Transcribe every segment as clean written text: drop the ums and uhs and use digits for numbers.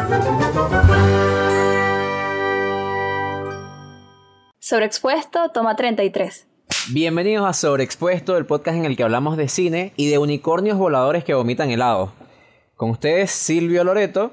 Sobreexpuesto, toma 33. Bienvenidos a Sobreexpuesto, el podcast en el que hablamos de cine y de unicornios voladores que vomitan helado. Con ustedes, Silvio Loreto,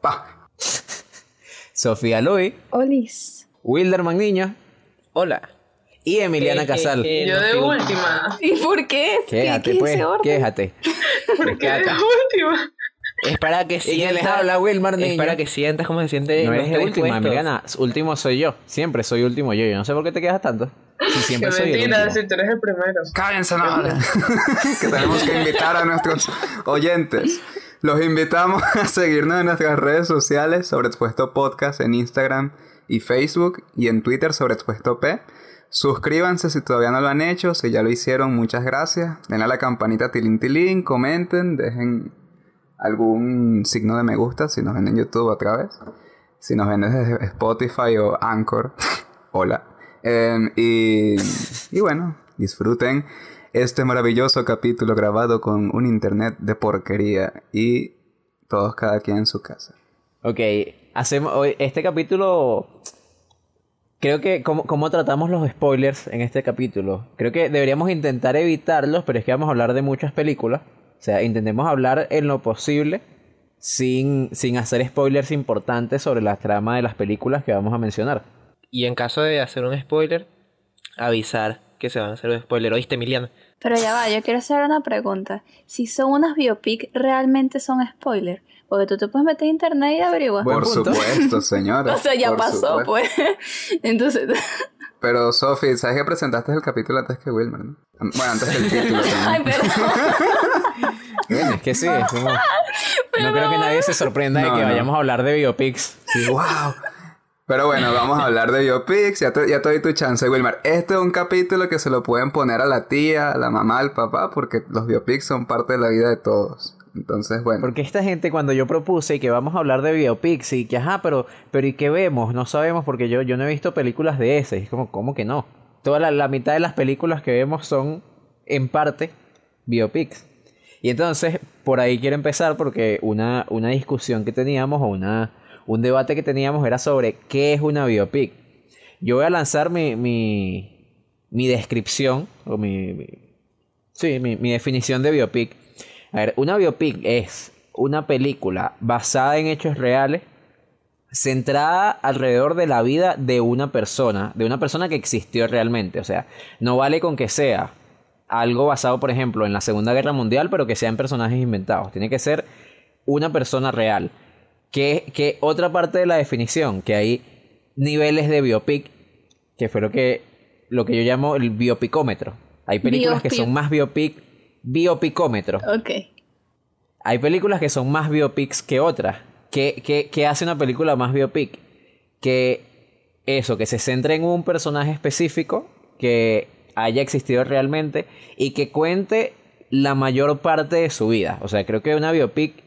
Sofía Luis, Olis. Wilder Magniño, Hola. y Emiliana Casal. Yo de última. ¿Y por qué? Quéjate, ¿Qué pues, ese orden? quéjate. ¿Por qué de última? Es para que ¿Y quién les sientas. habla, Wilmar Niño? Es para que sientas cómo se siente. No los eres de última, predispuestos. Emiliana. Último soy yo. Siempre soy último yo. Yo no sé por qué te quejas tanto. Si siempre Qué soy el mentira, último. si tú eres el primero. Cállense, no. Que tenemos que invitar a nuestros oyentes. Los invitamos a seguirnos en nuestras redes sociales, Sobreexpuesto Podcast en Instagram y Facebook, y en Twitter, Sobreexpuesto P. Suscríbanse si todavía no lo han hecho. Si ya lo hicieron, muchas gracias. Denle a la campanita tilín tilín, comenten, dejen algún signo de me gusta si nos ven en YouTube otra vez. Si nos ven desde Spotify o Anchor, hola. Y bueno, disfruten este maravilloso capítulo grabado con un internet de porquería y todos cada quien en su casa. Ok, hacemos hoy este capítulo. Creo que ¿cómo tratamos los spoilers en este capítulo? Creo que deberíamos intentar evitarlos, pero es que vamos a hablar de muchas películas. O sea, intentemos hablar en lo posible sin hacer spoilers importantes sobre la trama de las películas que vamos a mencionar. Y en caso de hacer un spoiler, avisar que se van a hacer un spoiler. ¿Oíste, Emiliano? Pero ya va, yo quiero hacer una pregunta. Si son unas biopic, ¿realmente son spoilers? Porque tú te puedes meter a internet y averiguar. Buen Por punto. supuesto, señora. O sea, ya por pasó, supuesto. pues. Entonces... Pero, Sophie, ¿sabes que presentaste el capítulo antes que Wilmer, no? Bueno, antes del título Ay, también. perdón. Bueno, es que sí, es como... No creo que nadie se sorprenda de No, que no. vayamos a hablar de biopics. Sí, wow. Pero bueno, vamos a hablar de biopics. Ya te doy tu chance, Wilmer. Este es un capítulo que se lo pueden poner a la tía, a la mamá, al papá, porque los biopics son parte de la vida de todos. Entonces, bueno. Porque esta gente, cuando yo propuse que vamos a hablar de biopics y que, pero ¿y qué vemos? No sabemos porque yo no he visto películas de ese. Es como, ¿cómo que no? Toda la mitad de las películas que vemos son, en parte, biopics. Y entonces, por ahí quiero empezar porque una discusión que teníamos o un debate que teníamos era sobre qué es una biopic. Yo voy a lanzar mi descripción o mi definición de biopic. A ver, una biopic es una película basada en hechos reales, centrada alrededor de la vida de una persona que existió realmente. O sea, no vale con que sea algo basado, por ejemplo, en la Segunda Guerra Mundial, pero que sean personajes inventados. Tiene que ser una persona real. Que otra parte de la definición, que hay niveles de biopic, que fue lo que yo llamo el biopicómetro. Hay películas que son más biopicómetro. Ok. Hay películas que son más biopics que otras. ¿Qué hace una película más biopic? Que se centre en un personaje específico que haya existido realmente y que cuente la mayor parte de su vida. O sea, creo que una biopic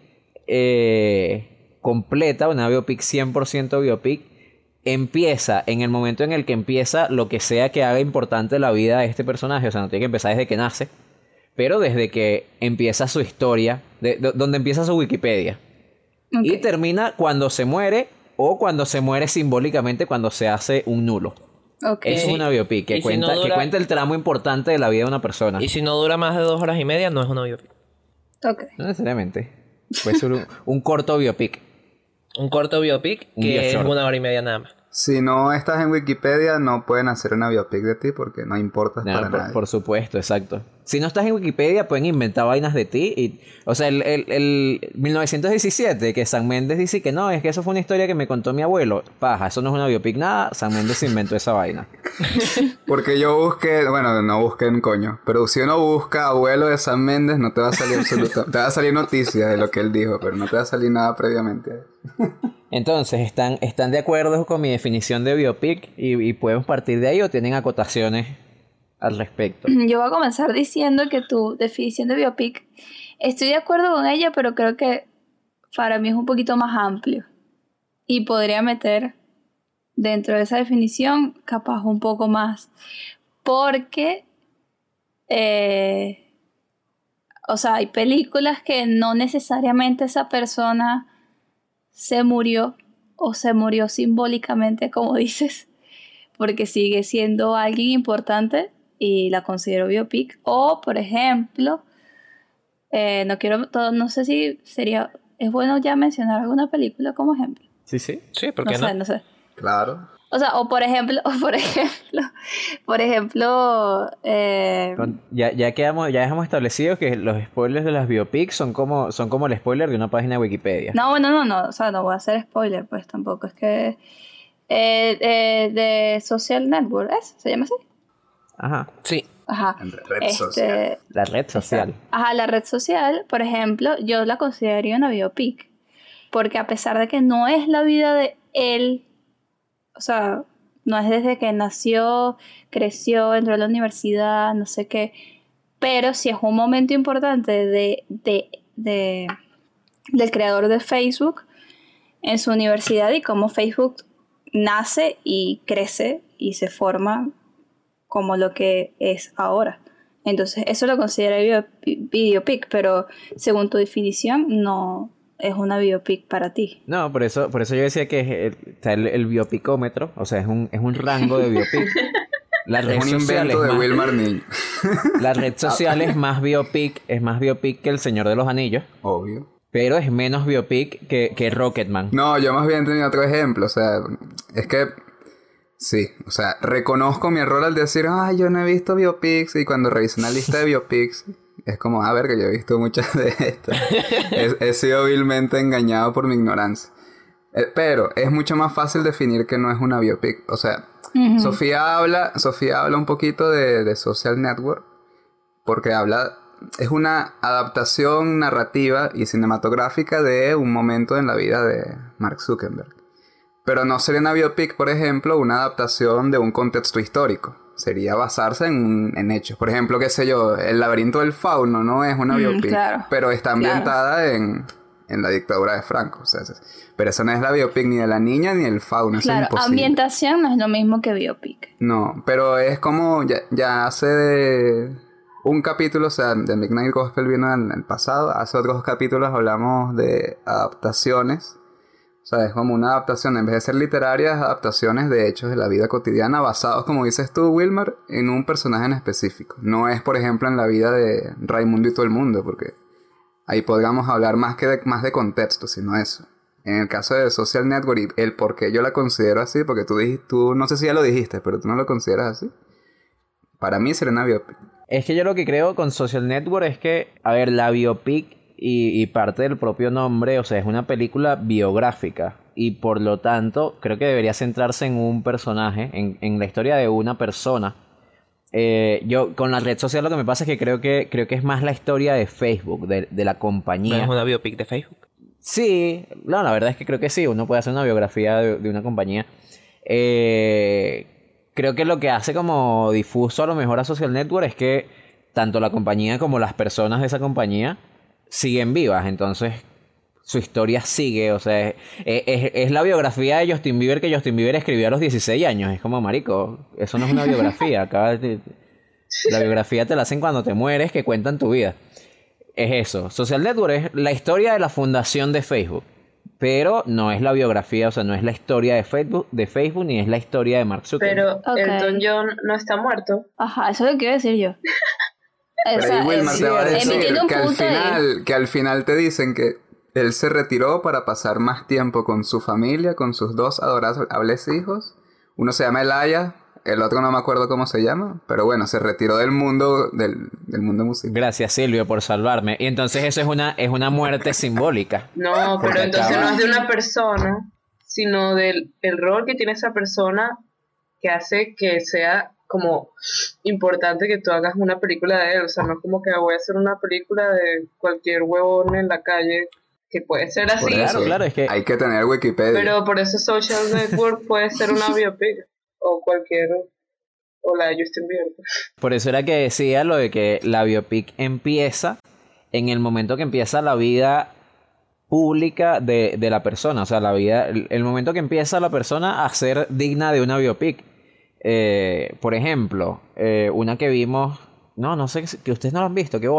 completa, una biopic 100% biopic, empieza en el momento en el que empieza lo que sea que haga importante la vida de este personaje. O sea, no tiene que empezar desde que nace, pero desde que empieza su historia, donde empieza su Wikipedia. Okay. Y termina cuando se muere o cuando se muere simbólicamente cuando se hace un nulo. Okay. Eso es una biopic que Y si no que dura- cuenta el tramo importante de la vida de una persona. Y si no dura más de 2 horas y media, no es una biopic. Ok. No necesariamente. Puede ser un corto biopic. Un corto biopic Un que es short. 1 hora y media nada más. Si no estás en Wikipedia, no pueden hacer una biopic de ti porque no importas No, para nadie. por supuesto, exacto. Si no estás en Wikipedia, pueden inventar vainas de ti. O sea, el 1917, que San Méndez dice que no, es que eso fue una historia que me contó mi abuelo. Paja, eso no es una biopic nada. San Méndez se inventó esa vaina. Porque yo busqué, bueno, no busquen coño, pero si uno busca abuelo de San Méndez, no te va a salir te va a salir noticia de lo que él dijo, pero no te va a salir nada previamente. Entonces, ¿están de acuerdo con mi definición de biopic? Y podemos partir de ahí o tienen acotaciones al respecto. Yo voy a comenzar diciendo que tu definición de biopic, estoy de acuerdo con ella, pero creo que para mí es un poquito más amplio. Y podría meter dentro de esa definición capaz un poco más. Porque, o sea, hay películas que no necesariamente esa persona se murió o se murió simbólicamente, como dices, porque sigue siendo alguien importante y la considero biopic. O, por ejemplo, no sé si es bueno ya mencionar alguna película como ejemplo. Sí, sí. Sí, ¿por qué no? No sé. Claro. O sea, por ejemplo, Ya dejamos establecido que los spoilers de las biopics son como el spoiler de una página de Wikipedia. no, o sea, no voy a hacer spoiler, pues tampoco, es que de Social Network, ¿se llama así? Ajá. Sí. Ajá. En red social. La red social. Ajá, la red social, por ejemplo, yo la consideraría una biopic, porque a pesar de que no es la vida de él, o sea, no es desde que nació, creció, entró a la universidad, no sé qué, pero sí es un momento importante del creador de Facebook en su universidad y cómo Facebook nace y crece y se forma como lo que es ahora. Entonces, eso lo considero biopic, pero según tu definición, no es una biopic para ti. No, por eso yo decía que está el biopicómetro, o sea, es un rango de biopic. La red Es un social invento de más- Wilmar Niño. La red social es más biopic que El Señor de los Anillos, Obvio. pero es menos biopic que Rocketman. No, yo más bien tenía otro ejemplo. O sea, es que sí, o sea, reconozco mi error al decir, yo no he visto biopics. Y cuando revisé una lista de biopics, es como, a ver, que yo he visto muchas de estas. He sido vilmente engañado por mi ignorancia. Pero es mucho más fácil definir que no es una biopic. O sea, Sofía habla un poquito de Social Network, porque es una adaptación narrativa y cinematográfica de un momento en la vida de Mark Zuckerberg. Pero no sería una biopic, por ejemplo, una adaptación de un contexto histórico. Sería basarse en hechos. Por ejemplo, qué sé yo, El laberinto del fauno no es una biopic, claro, pero está ambientada en la dictadura de Franco. O sea, pero esa no es la biopic ni de la niña ni del fauno. Eso Claro, es imposible. ambientación no es lo mismo que biopic. No, pero es como ya hace un capítulo, o sea, de Midnight Gospel vino en el pasado. Hace otros capítulos hablamos de adaptaciones. O sea, es como una adaptación, en vez de ser literarias, adaptaciones de hechos de la vida cotidiana basados, como dices tú, Wilmer, en un personaje en específico. No es, por ejemplo, en la vida de Raimundo y todo el mundo, porque ahí podríamos hablar más de contexto, sino eso. En el caso de Social Network y el por qué yo la considero así, porque tú no sé si ya lo dijiste, pero tú no lo consideras así. Para mí sería una biopic. Es que yo lo que creo con Social Network es que, a ver, la biopic y parte del propio nombre, o sea, es una película biográfica y por lo tanto creo que debería centrarse en un personaje, en la historia de una persona. Yo con la red social lo que me pasa es que creo que es más la historia de Facebook, de la ¿No compañía. es una biopic de Facebook? Sí, no, la verdad es que creo que sí, uno puede hacer una biografía de una compañía. Creo que lo que hace como difuso a lo mejor a Social Network es que tanto la compañía como las personas de esa compañía siguen vivas, entonces su historia sigue, o sea, es la biografía de Justin Bieber que Justin Bieber escribió a los 16 años, es como, marico, eso no es una biografía, la biografía te la hacen cuando te mueres, que cuentan tu vida. Es eso, Social Network es la historia de la fundación de Facebook, pero no es la biografía, o sea, no es la historia de Facebook ni es la historia de Mark Zuckerberg. Pero Ok. Elton John no está muerto. Ajá, eso es lo que iba a decir yo. Pero ahí Wilmer te va a decir emitiendo un punto ahí. que al final te dicen que él se retiró para pasar más tiempo con su familia, con sus dos adorables hijos. Uno se llama Elijah, el otro no me acuerdo cómo se llama, pero bueno, se retiró del mundo mundo musical. Gracias, Silvio, por salvarme. Y entonces eso es una muerte simbólica. No, Porque pero entonces acaba- no es de una persona, sino del el rol que tiene esa persona que hace que sea como importante que tú hagas una película de él. O sea, no es como que voy a hacer una película de cualquier huevón en la calle, que puede ser Por así, Claro, eso claro, es que- hay que tener Wikipedia. pero por eso Social Network puede ser una biopic o o la de Justin Bieber. Por eso era que decía lo de que la biopic empieza en el momento que empieza la vida pública de la persona. O sea, el momento que empieza la persona a ser digna de una biopic. Por ejemplo, una que vimos, no sé, que ustedes no lo han visto, qué bola.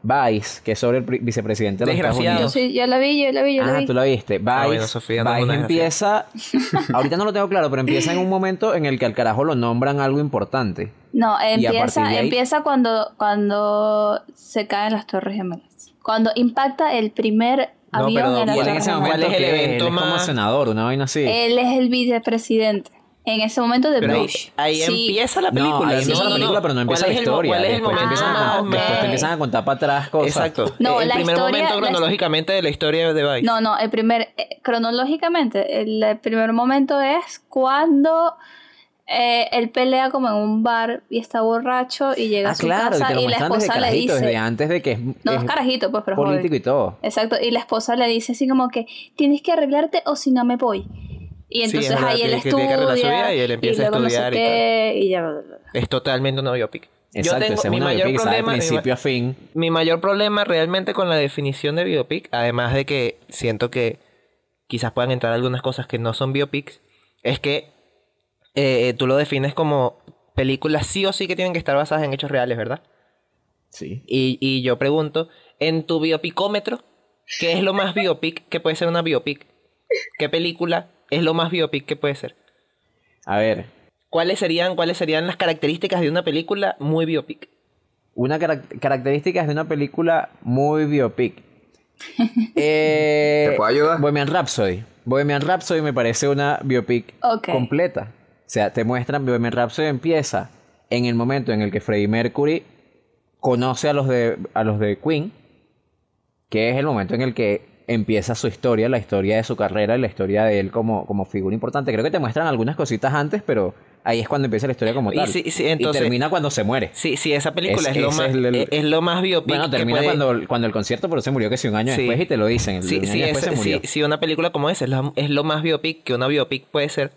Vice, que es sobre el vicepresidente de los Estados Desgraciado. Unidos. Yo sí, yo la vi. Tú la viste. Vice, bueno, Sofía no es Vice una empieza... ahorita no lo tengo claro, pero empieza en un momento en el que al carajo lo nombran algo importante. No, Y a partir de ahí- empieza cuando se caen las Torres Gemelas. Cuando impacta el primer No, avión pero en las Y él en Torres ese Gemelas. momento ¿Cuál es el que evento él es como más- senador, una vaina así. Él es el vicepresidente. En ese momento de Pero Bush. ahí Sí. empieza la película. No, ahí empieza la película, pero no empieza la historia. ¿Cuál es el Después te momento empiezan a- más- después te empiezan a contar para atrás cosas. Exacto. No, el la primer historia- momento la- cronológicamente de la historia de Vice. No, el primer, cronológicamente, el primer momento es cuando él pelea como en un bar y está borracho y llega a su Claro, y casa te lo y la muestran desde esposa le carajito, desde dice, antes de que es no es carajito, pues, pero político joven. y todo. Exacto, y la esposa le dice así como que tienes que arreglarte o si no me voy. Y Sí, entonces es verdad, ahí él tiene que arreglar su estudia vida y él empieza a luego no sé estudiar y qué, y ya. Es totalmente una biopic. Exacto, ese es mi una mayor biopic, ¿sabes? De problema, principio a fin. mi mayor problema realmente con la definición de biopic, además de que siento que quizás puedan entrar algunas cosas que no son biopics, es que tú lo defines como películas sí o sí que tienen que estar basadas en hechos reales, ¿verdad? Sí. Y yo pregunto, en tu biopicómetro, ¿qué es lo más biopic que puede ser una biopic? ¿Qué película es lo más biopic que puede ser? A ver, ¿Cuáles serían las características de una película muy biopic? una característica de una película muy biopic. ¿Te puedo ayudar? Bohemian Rhapsody. Bohemian Rhapsody me parece una biopic Ok. completa. O sea, te muestran, Bohemian Rhapsody empieza en el momento en el que Freddie Mercury conoce a los de Queen, que es el momento en el que empieza su historia, la historia de su carrera y la historia de él como figura importante. Creo que te muestran algunas cositas antes, pero ahí es cuando empieza la historia como Y tal. sí, y entonces- termina cuando se muere. Sí, esa película Es- es, lo ese más, es el- es lo más biopic Bueno, que termina puede... cuando el concierto, pero se murió que si un año Sí. después y te lo dicen. Sí, un año sí, después se murió. sí, una película como esa es lo más biopic que una biopic puede ser.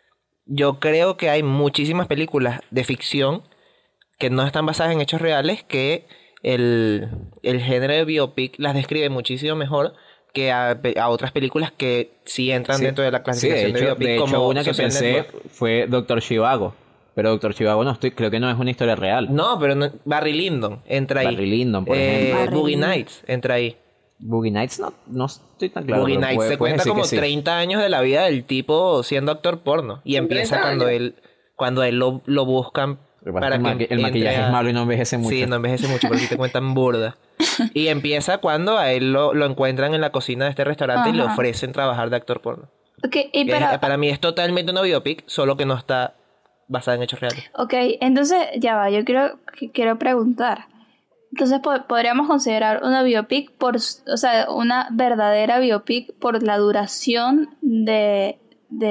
Yo creo que hay muchísimas películas de ficción que no están basadas en hechos reales que el género de biopic las describe muchísimo mejor que a otras películas que sí entran Sí. dentro de la Sí, clasificación de biopic. de hecho como una que Social pensé Network. fue Doctor Zhivago. Pero Doctor Zhivago creo que no es una historia real. No, pero Barry Lyndon entra ahí. Barry Lyndon, por ejemplo. Barry Boogie Lyndon. Nights entra ahí. Boogie Nights no estoy tan claro. Boogie pero Nights puedes se cuenta decir como que sí. 30 años de la vida del tipo siendo actor porno. Y ¿Son empieza 30 cuando años? cuando él lo buscan Lo que pasa para es que que el maquillaje entre es malo y no envejece mucho. Sí, no envejece mucho, pero sí te cuentan burda. Y empieza cuando a él lo encuentran en la cocina de este restaurante y le Ajá. ofrecen trabajar de actor porno. Ok, y Para mí es totalmente una biopic, solo que no está basada en hechos reales. ok, entonces ya va, yo quiero preguntar. Entonces podríamos considerar una biopic o sea, una verdadera biopic por la duración de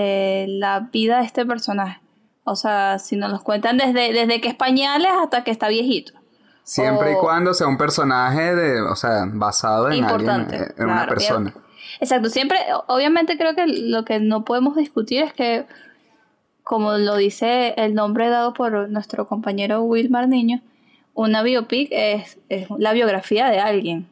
la vida de este personaje. O sea, si nos los cuentan desde que es pañales hasta que está viejito. Siempre y O- cuando sea un personaje basado en Importante. alguien, en una claro. persona. Exacto, siempre, obviamente creo que lo que no podemos discutir es que, como lo dice el nombre dado por nuestro compañero Wilmar Niño, una biopic es la biografía de alguien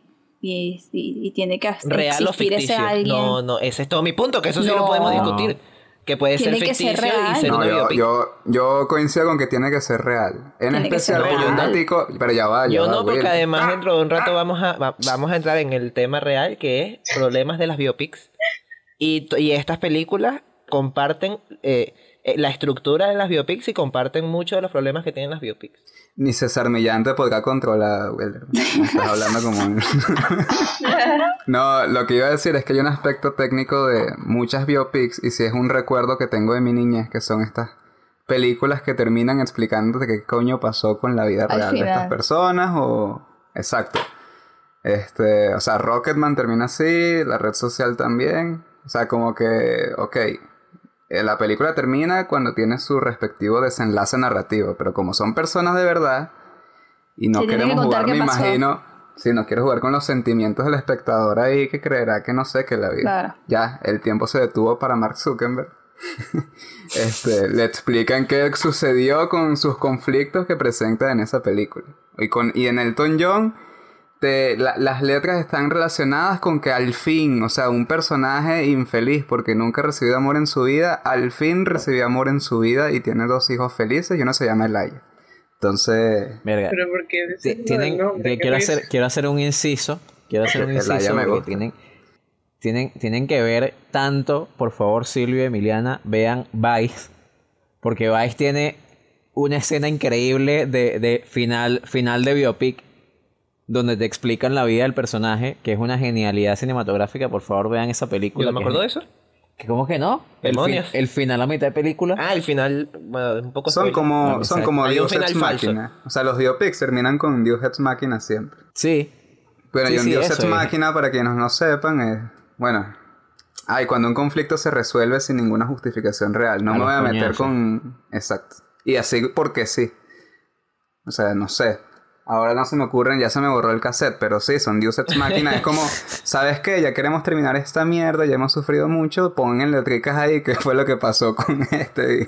y tiene que Real o existir ese ficticio. alguien. No, ese es todo mi punto, que eso sí lo No. podemos discutir. Que puede ser Tiene que ser ficticio y real. ser No, una biopic. yo coincido con que tiene que ser real. En Tiene que especial ser porque un real. datico, pero ya va, Yo va, no, porque Will. además dentro de un rato vamos a entrar en el tema real, que es problemas de las biopics. Y estas películas comparten la estructura de las biopics y comparten muchos de los problemas que tienen las biopics. Ni César Millán te podrá controlar, Will. Me estás hablando como un... No, lo que iba a decir es que hay un aspecto técnico de muchas biopics, y si es un recuerdo que tengo de mi niñez, que son estas películas que terminan explicándote qué coño pasó con la vida Al real de estas final. personas, o... Exacto. O sea, Rocketman termina así, la red social también. O sea, como que, ok, la película termina cuando tiene su respectivo desenlace narrativo, pero como son personas de verdad y no Te tienen que queremos contar jugar, me qué pasó. imagino, si no quiero jugar con los sentimientos del espectador ahí que creerá que no sé, que la vida. Claro. Ya, el tiempo se detuvo para Mark Zuckerberg. Le explican qué sucedió con sus conflictos que presenta en esa película. Y en Elton John, las letras están relacionadas con que al fin, o sea, un personaje infeliz porque nunca recibió amor en su vida, al fin recibió amor en su vida y tiene 2 hijos felices y uno se llama Elijah. Entonces, Verga. Pero porque Tienen, quiero hacer un inciso. Quiero hacer un El Aya inciso me porque gusta. tienen que ver tanto, por favor, Silvio y Emiliana, vean Vice. Porque Vice tiene una escena increíble de final de biopic, donde te explican la vida del personaje, que es una genialidad cinematográfica. Por favor, vean esa película. Yo no me que acuerdo de es- eso. ¿Cómo que no? Demonios. El final a mitad de película. Ah, el final, bueno, un poco son spoiler. como, No, son como hay un Deus final Ex falso. Machina. O sea, los biopics terminan con Deus Ex Machina siempre. Sí. Bueno, Sí, y un sí, Deus eso Ex es. Machina, para quienes no sepan, es... Bueno... Ay, cuando un conflicto se resuelve sin ninguna justificación real. No A me los voy a meter coñazos. con... Exacto. Y así porque sí. O sea, no sé. Ahora no se me ocurren, ya se me borró el cassette, pero sí, son Deus Ex Machina. Es como, ¿sabes qué? Ya queremos terminar esta mierda, ya hemos sufrido mucho, pongan letricas ahí qué fue lo que pasó con este.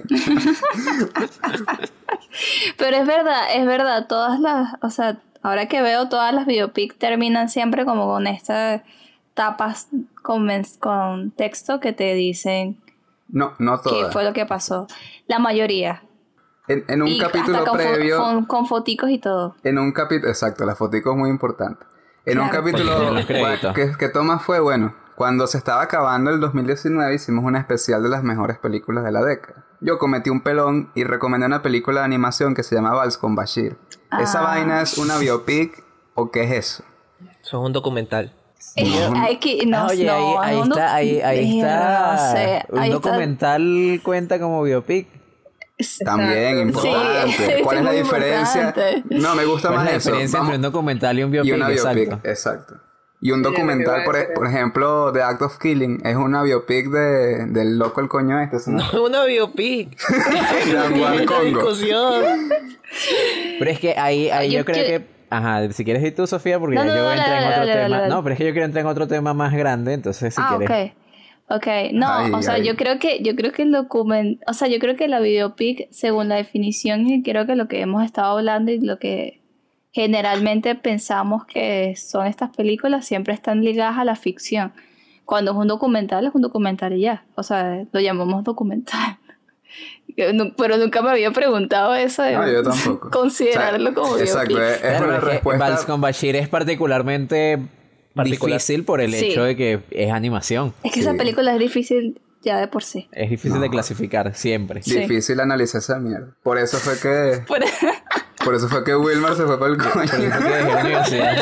Pero es verdad, todas las, o sea, ahora que veo todas las biopic terminan siempre como con estas tapas con texto que te dicen No qué todas. fue lo que pasó. La mayoría. En un Y capítulo hasta previo... con foticos y todo. En un capítulo... Exacto, la fotico es muy importante. En un Claro. capítulo Porque tiene los créditos. que Tomás fue, bueno, cuando se estaba acabando el 2019 hicimos una especial de las mejores películas de la década. Yo cometí un pelón y recomendé una película de animación que se llama Vals con Bashir. ¿Esa vaina es una biopic o qué es eso? Eso es un documental. Hay que, no, Oye, no, ahí uno- está, ahí Mierda, está. no sé, Un ahí está. documental cuenta como biopic. También Exacto. importante. Sí, ¿Cuál es la muy diferencia? importante. No, me gusta ¿Cuál es más la eso. diferencia entre un documental y un biopic? Y una biopic, Exacto. exacto. Y un Sí, documental, lo que iba a decir. por ejemplo, The Act of Killing, es una biopic del loco el coño este. ¿Sí? No, una biopic. Dan Juan Esta Congo. discusión. Pero es que ahí Yo yo creo quiero- que... Ajá, si quieres ir tú, Sofía, porque No, ya no, yo voy a dale, entrar en dale, otro dale, tema. dale. No, pero es que yo quiero entrar en otro tema más grande, entonces si quieres... Ok. No, Ay, o sea, ay. yo creo que el o sea, yo creo que la biopic, según la definición, y creo que lo que hemos estado hablando y lo que generalmente pensamos que son estas películas, siempre están ligadas a la ficción. Cuando es un documental y ya. O sea, lo llamamos documental. Pero nunca me había preguntado eso de No, yo tampoco. considerarlo O sea, como exacto, biopic. es Claro, una es que respuesta. Vals con Bashir es particularmente Particular. difícil por el Sí. hecho de que es animación. Es que Sí. esa película es difícil ya de por sí. Es difícil de clasificar siempre. Sí. Difícil analizar esa mierda. Por eso fue que Por, por eso fue que Wilmar se fue para el coño. Por eso que dejé la universidad.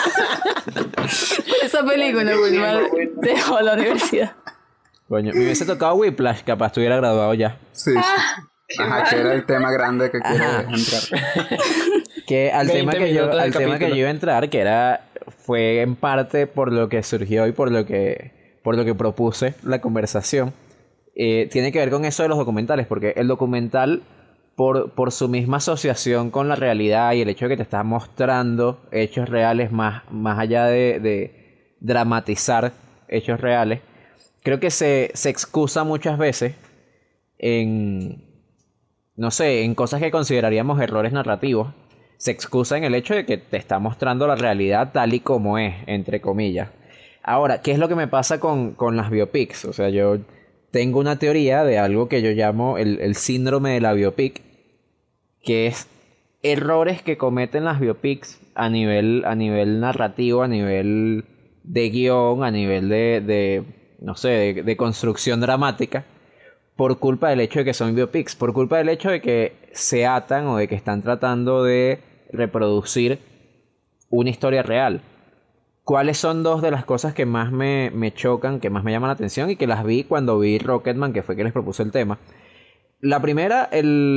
por esa película, Wilmar dejó la universidad. Coño, me hubiese tocado Whiplash, capaz estuviera graduado ya. Sí, sí. Ajá, que era el tema grande que quieres Ajá. entrar. Que al 20 tema que yo, minutos del al tema que capítulo. yo iba a entrar, fue en parte por lo que surgió y por lo que propuse la conversación. Tiene que ver con eso de los documentales, porque el documental, por su misma asociación con la realidad y el hecho de que te está mostrando hechos reales más allá de dramatizar hechos reales, creo que se excusa muchas veces en, no sé, en cosas que consideraríamos errores narrativos. Se excusa en el hecho de que te está mostrando la realidad tal y como es, entre comillas. Ahora, ¿qué es lo que me pasa con las biopics? O sea, yo tengo una teoría de algo que yo llamo el síndrome de la biopic, que es errores que cometen las biopics a nivel narrativo, a nivel de guión, a nivel no sé, de construcción dramática, por culpa del hecho de que son biopics, por culpa del hecho de que se atan o de que están tratando de reproducir una historia real. ¿Cuáles son dos de las cosas que más me chocan, que más me llaman la atención y que las vi cuando vi Rocketman, que fue que les propuse el tema? La primera,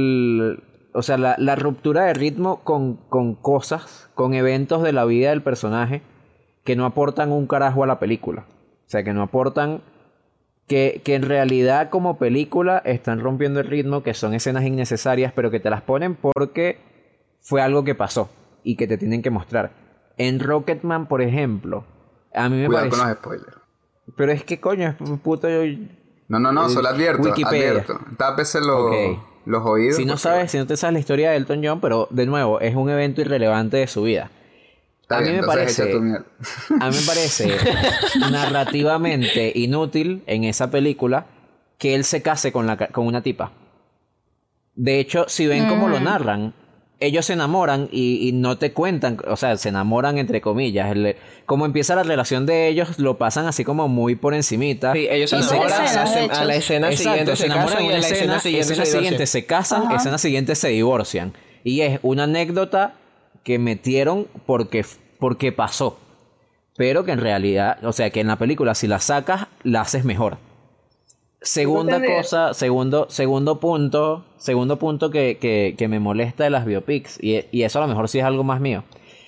o sea, la ruptura de ritmo con cosas, con eventos de la vida del personaje que no aportan un carajo a la película. O sea, que no aportan... Que en realidad como película están rompiendo el ritmo, que son escenas innecesarias, pero que te las ponen porque fue algo que pasó y que te tienen que mostrar. En Rocketman, por ejemplo, a mí me Cuidado parece... con los spoilers. Pero es que coño, es puto... No, solo advierto. Wikipedia. Advierto. Tápese Ok. los oídos. Si no porque- sabes, si no te sabes la historia de Elton John, pero de nuevo, es un evento irrelevante de su vida. Está A bien, mí me entonces parece... echa tu mierda. A mí me parece narrativamente inútil en esa película que él se case con una tipa. De hecho, si ven cómo lo narran, ellos se enamoran y no te cuentan, o sea, se enamoran entre comillas. Como empieza la relación de ellos, lo pasan así como muy por encimita. Sí, ellos se Y enamoran, escenas, de a la hecho. escena Exacto, siguiente se se enamoran casan en y una a la escena siguiente escena se siguiente divorcian. se casan, Ajá. escena siguiente se divorcian. Y es una anécdota que metieron porque pasó. Pero que en realidad, o sea, que en la película si la sacas, la haces mejor. Segunda Depende. cosa, segundo punto que me molesta de las biopics, y eso a lo mejor sí es algo más mío.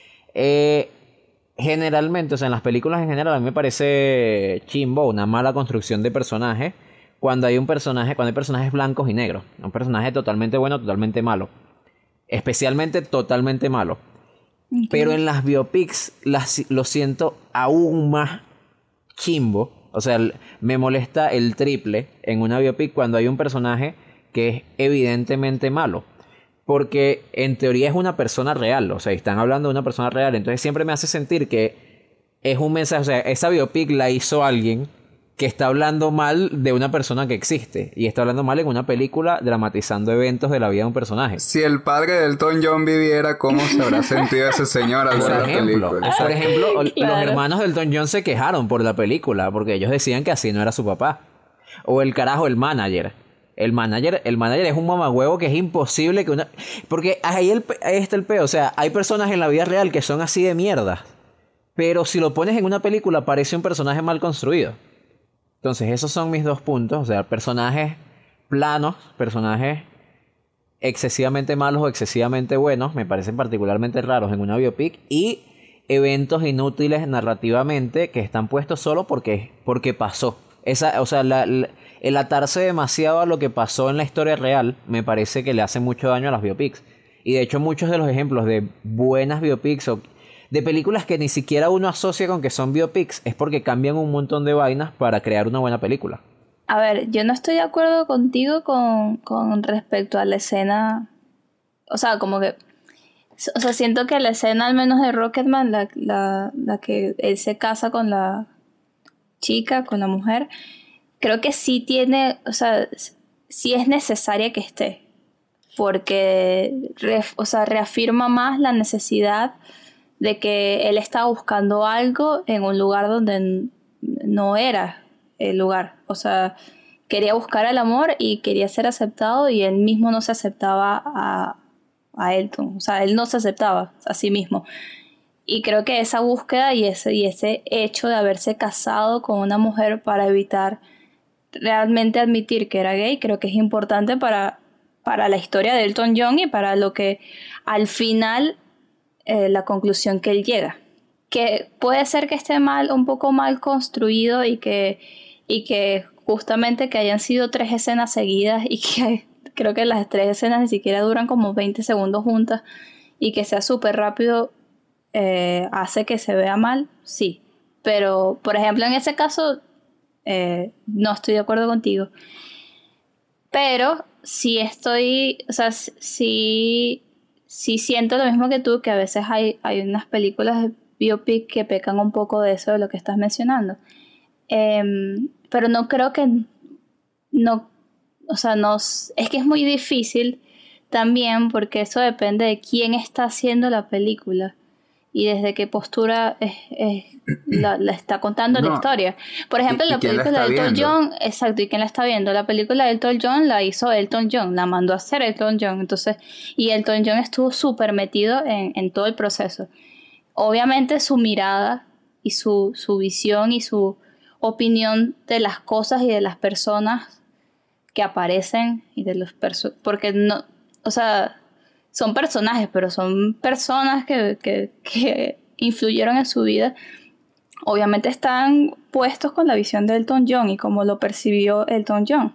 Generalmente, o sea, en las películas en general, a mí me parece chimbo, una mala construcción de personajes, cuando hay personajes blancos y negros. Un personaje totalmente bueno, totalmente malo. Especialmente totalmente malo. Pero en las biopics lo siento aún más chimbo. O sea, me molesta el triple en una biopic cuando hay un personaje que es evidentemente malo. Porque en teoría es una persona real. O sea, están hablando de una persona real. Entonces siempre me hace sentir que es un mensaje. O sea, esa biopic la hizo alguien que está hablando mal de una persona que existe. Y está hablando mal en una película dramatizando eventos de la vida de un personaje. Si el padre de Elton John viviera, ¿cómo se habrá sentido ese señor al ver la película? Por ejemplo, los Claro. hermanos de Elton John se quejaron por la película porque ellos decían que así no era su papá. O el carajo, el manager. El manager es un mamagüevo que es imposible que una... Porque ahí está el peo. O sea, hay personas en la vida real que son así de mierda. Pero si lo pones en una película parece un personaje mal construido. Entonces esos son mis dos puntos. O sea, personajes planos, personajes excesivamente malos o excesivamente buenos, me parecen particularmente raros en una biopic. Y eventos inútiles narrativamente que están puestos solo porque pasó. O sea, el atarse demasiado a lo que pasó en la historia real me parece que le hace mucho daño a las biopics. Y de hecho muchos de los ejemplos de buenas biopics o de películas que ni siquiera uno asocia con que son biopics es porque cambian un montón de vainas para crear una buena película. A ver, yo no estoy de acuerdo contigo con respecto a la escena. O sea, como que... O sea, siento que la escena al menos de Rocketman, la que él se casa con la chica, con la mujer, creo que sí tiene... O sea, sí es necesaria que esté. Porque reafirma más la necesidad de que él estaba buscando algo en un lugar donde no era el lugar. O sea, quería buscar el amor y quería ser aceptado y él mismo no se aceptaba a Elton. O sea, él no se aceptaba a sí mismo. Y creo que esa búsqueda y ese hecho de haberse casado con una mujer para evitar realmente admitir que era gay, creo que es importante para la historia de Elton John y para lo que al final... la conclusión que él llega. Que puede ser que esté un poco mal construido y que justamente que hayan sido 3 escenas seguidas y que creo que las 3 escenas ni siquiera duran como 20 segundos juntas y que sea súper rápido hace que se vea mal, sí. Pero, por ejemplo, en ese caso no estoy de acuerdo contigo. Pero sí estoy, o sea, sí siento lo mismo que tú, que a veces hay unas películas de biopic que pecan un poco de eso, de lo que estás mencionando. Pero no creo que... No, o sea, es que es muy difícil también porque eso depende de quién está haciendo la película y desde qué postura la está contando la historia. Por ejemplo, ¿Y la quién la película de está Elton viendo? John, exacto, ¿y quién la está viendo? La película de Elton John la hizo Elton John, la mandó a hacer Elton John, entonces, y Elton John estuvo súper metido en todo el proceso. Obviamente su mirada y su visión y su opinión de las cosas y de las personas que aparecen y de los porque no, o sea, son personajes, pero son personas que influyeron en su vida. Obviamente están puestos con la visión de Elton John y como lo percibió Elton John.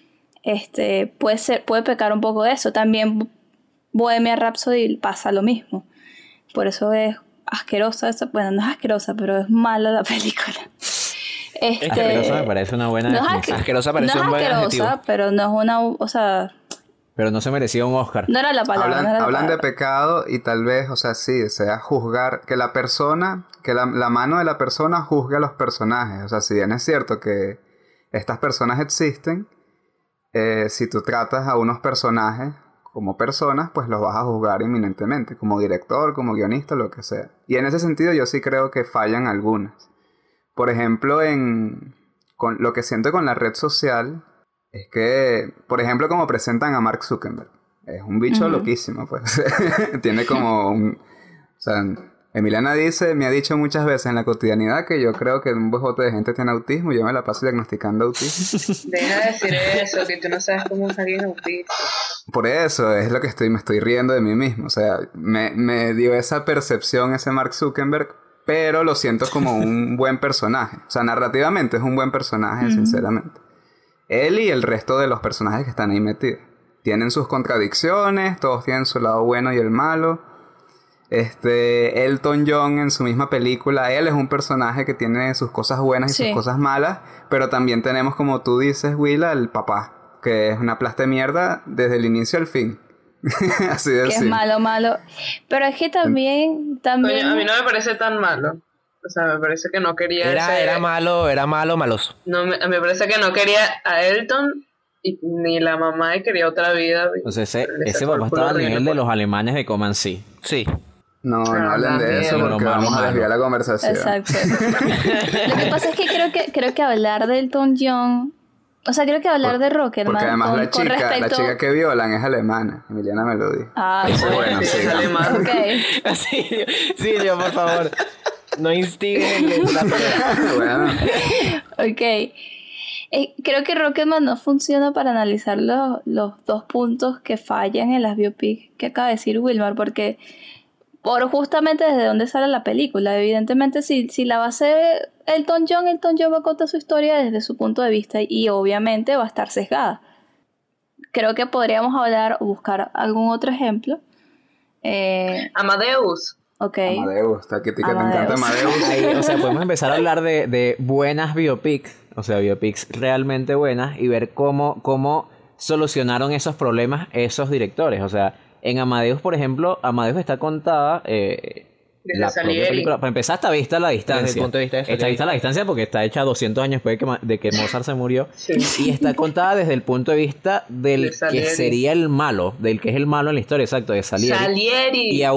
Puede pecar un poco de eso. También Bohemian Rhapsody pasa lo mismo. Por eso es asquerosa esa, bueno, no es asquerosa, pero es mala la película. Asquerosa me parece una buena definición. Asquerosa parece un buen adjetivo. Pero no es una, o sea, Pero no se merecía un Oscar. no era la palabra. no era la Hablan de palabra. pecado y tal vez, o sea, sí, sea juzgar, que la persona, que la mano de la persona juzgue a los personajes. O sea, si bien es cierto que estas personas existen, si tú tratas a unos personajes como personas, pues los vas a juzgar inminentemente, como director, como guionista, lo que sea. Y en ese sentido yo sí creo que fallan algunas. Por ejemplo, con lo que siento con la red social es que, por ejemplo, como presentan a Mark Zuckerberg. Es un bicho loquísimo, pues. Tiene como un... O sea, Emiliana me ha dicho muchas veces en la cotidianidad que yo creo que un bojote de gente tiene autismo y yo me la paso diagnosticando autismo. Deja de decir eso, que tú no sabes cómo es alguien autista. Por eso es lo que me estoy riendo de mí mismo. O sea, me dio esa percepción ese Mark Zuckerberg, pero lo siento como un buen personaje. O sea, narrativamente es un buen personaje, sinceramente. Él y el resto de los personajes que están ahí metidos. Tienen sus contradicciones, todos tienen su lado bueno y el malo. Elton John en su misma película, él es un personaje que tiene sus cosas buenas y sus cosas malas, pero también tenemos, como tú dices, Willa, el papá, que es una plasta de mierda desde el inicio al fin. Así de que simple. es malo. Pero es que también... Coño, a mí no me parece tan malo. O sea, me parece que no quería Era malo, maloso. No, me parece que no quería a Elton ni la mamá y quería otra vida. Entonces ese papá estaba al nivel de los alemanes de Comancí. Sí. No hablen de eso porque vamos a desviar la conversación. Exacto. Lo que pasa es que creo que hablar de Elton John... O sea, creo que hablar de Rocketman... Porque además la respecto... chica que violan es alemana. Emiliana me lo dijo. Ah, bueno, sí, es alemán. Ok. Sí, yo, por favor. No instiguen la pelea. Bueno. Ok. Creo que Rocketman no funciona para analizar los dos puntos que fallan en las biopics que acaba de decir Wilmar, porque por justamente desde dónde sale la película. Evidentemente, si la va a hacer Elton John va a contar su historia desde su punto de vista y obviamente va a estar sesgada. Creo que podríamos hablar o buscar algún otro ejemplo. Amadeus. Ok. Amadeus, te encanta Amadeus. Ahí, o sea, podemos empezar a hablar de buenas biopics, o sea, biopics realmente buenas y ver cómo solucionaron esos problemas esos directores. O sea, en Amadeus, por ejemplo, Amadeus está contada... la propia película, para empezar, está vista a la distancia. Desde el punto de vista de está vista a la distancia porque está hecha 200 años después de que Mozart se murió. Sí. Y está contada desde el punto de vista del que sería el malo, del que es el malo en la historia, exacto, de Salieri. Salieri. Y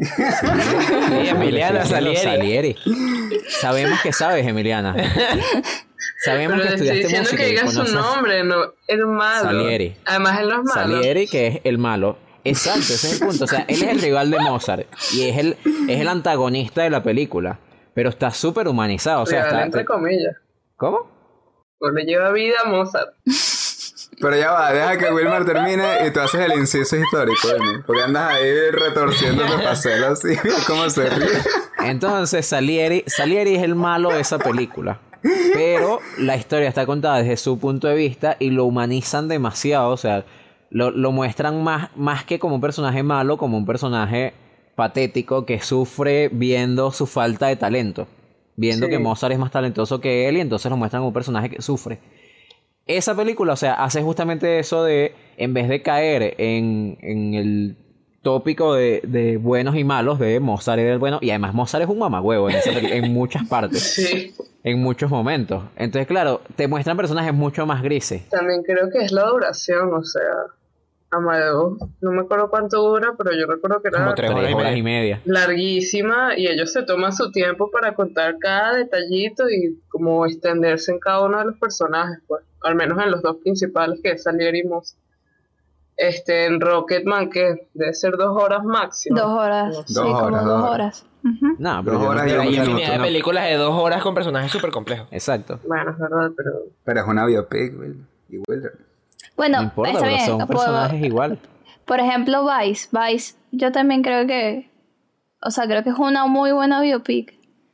Sí, Emiliana Salieri. Sabemos que sabes, Emiliana. Sabemos Pero que le estoy estudiaste diciendo música que y diga su conoces nombre, no el malo. Salieri. Además, él no es malo. Salieri, que es el malo. Exacto, ese es el punto. O sea, él es el rival de Mozart y es el antagonista de la película, pero está súper humanizado. O sea, Rival, entre comillas. ¿Cómo? No le lleva vida a Mozart. Pero ya va, deja que Wilmar termine y tú haces el inciso histórico, ¿no? Porque andas ahí retorciéndote para hacerlo así, cómo se ríe. Entonces Salieri es el malo de esa película, pero la historia está contada desde su punto de vista y lo humanizan demasiado. O sea, lo muestran más que como un personaje malo, como un personaje patético que sufre viendo su falta de talento, viendo que Mozart es más talentoso que él, y entonces lo muestran como un personaje que sufre. Esa película, o sea, hace justamente eso de, en vez de caer en el tópico de buenos y malos, de Mozart era el bueno, y además Mozart es un mamagüevo en muchas partes, Sí. en muchos momentos. Entonces, claro, te muestran personajes mucho más grises. También creo que es la duración, o sea, Amadeus, no me acuerdo cuánto dura, pero yo recuerdo que era Como 3 3 horas y media. larguísima y ellos se toman su tiempo para contar cada detallito y como extenderse en cada uno de los personajes, pues, al menos en los dos principales, que es Salieri y Mozart. En Rocketman, que debe ser 2 horas máximo. 2 horas. Dos Sí, como horas, 2 dos horas. Ujú. No, pero 2 yo no horas y creo- un Hay minuto, infinidad de no. películas de 2 horas con personajes súper complejos. Exacto. Bueno, es verdad, pero... Pero es una biopic, Will. Y Wilder. Bueno, No importa, está pero bien. son personajes igual. Por ejemplo, Vice, yo también creo que... O sea, creo que es una muy buena biopic.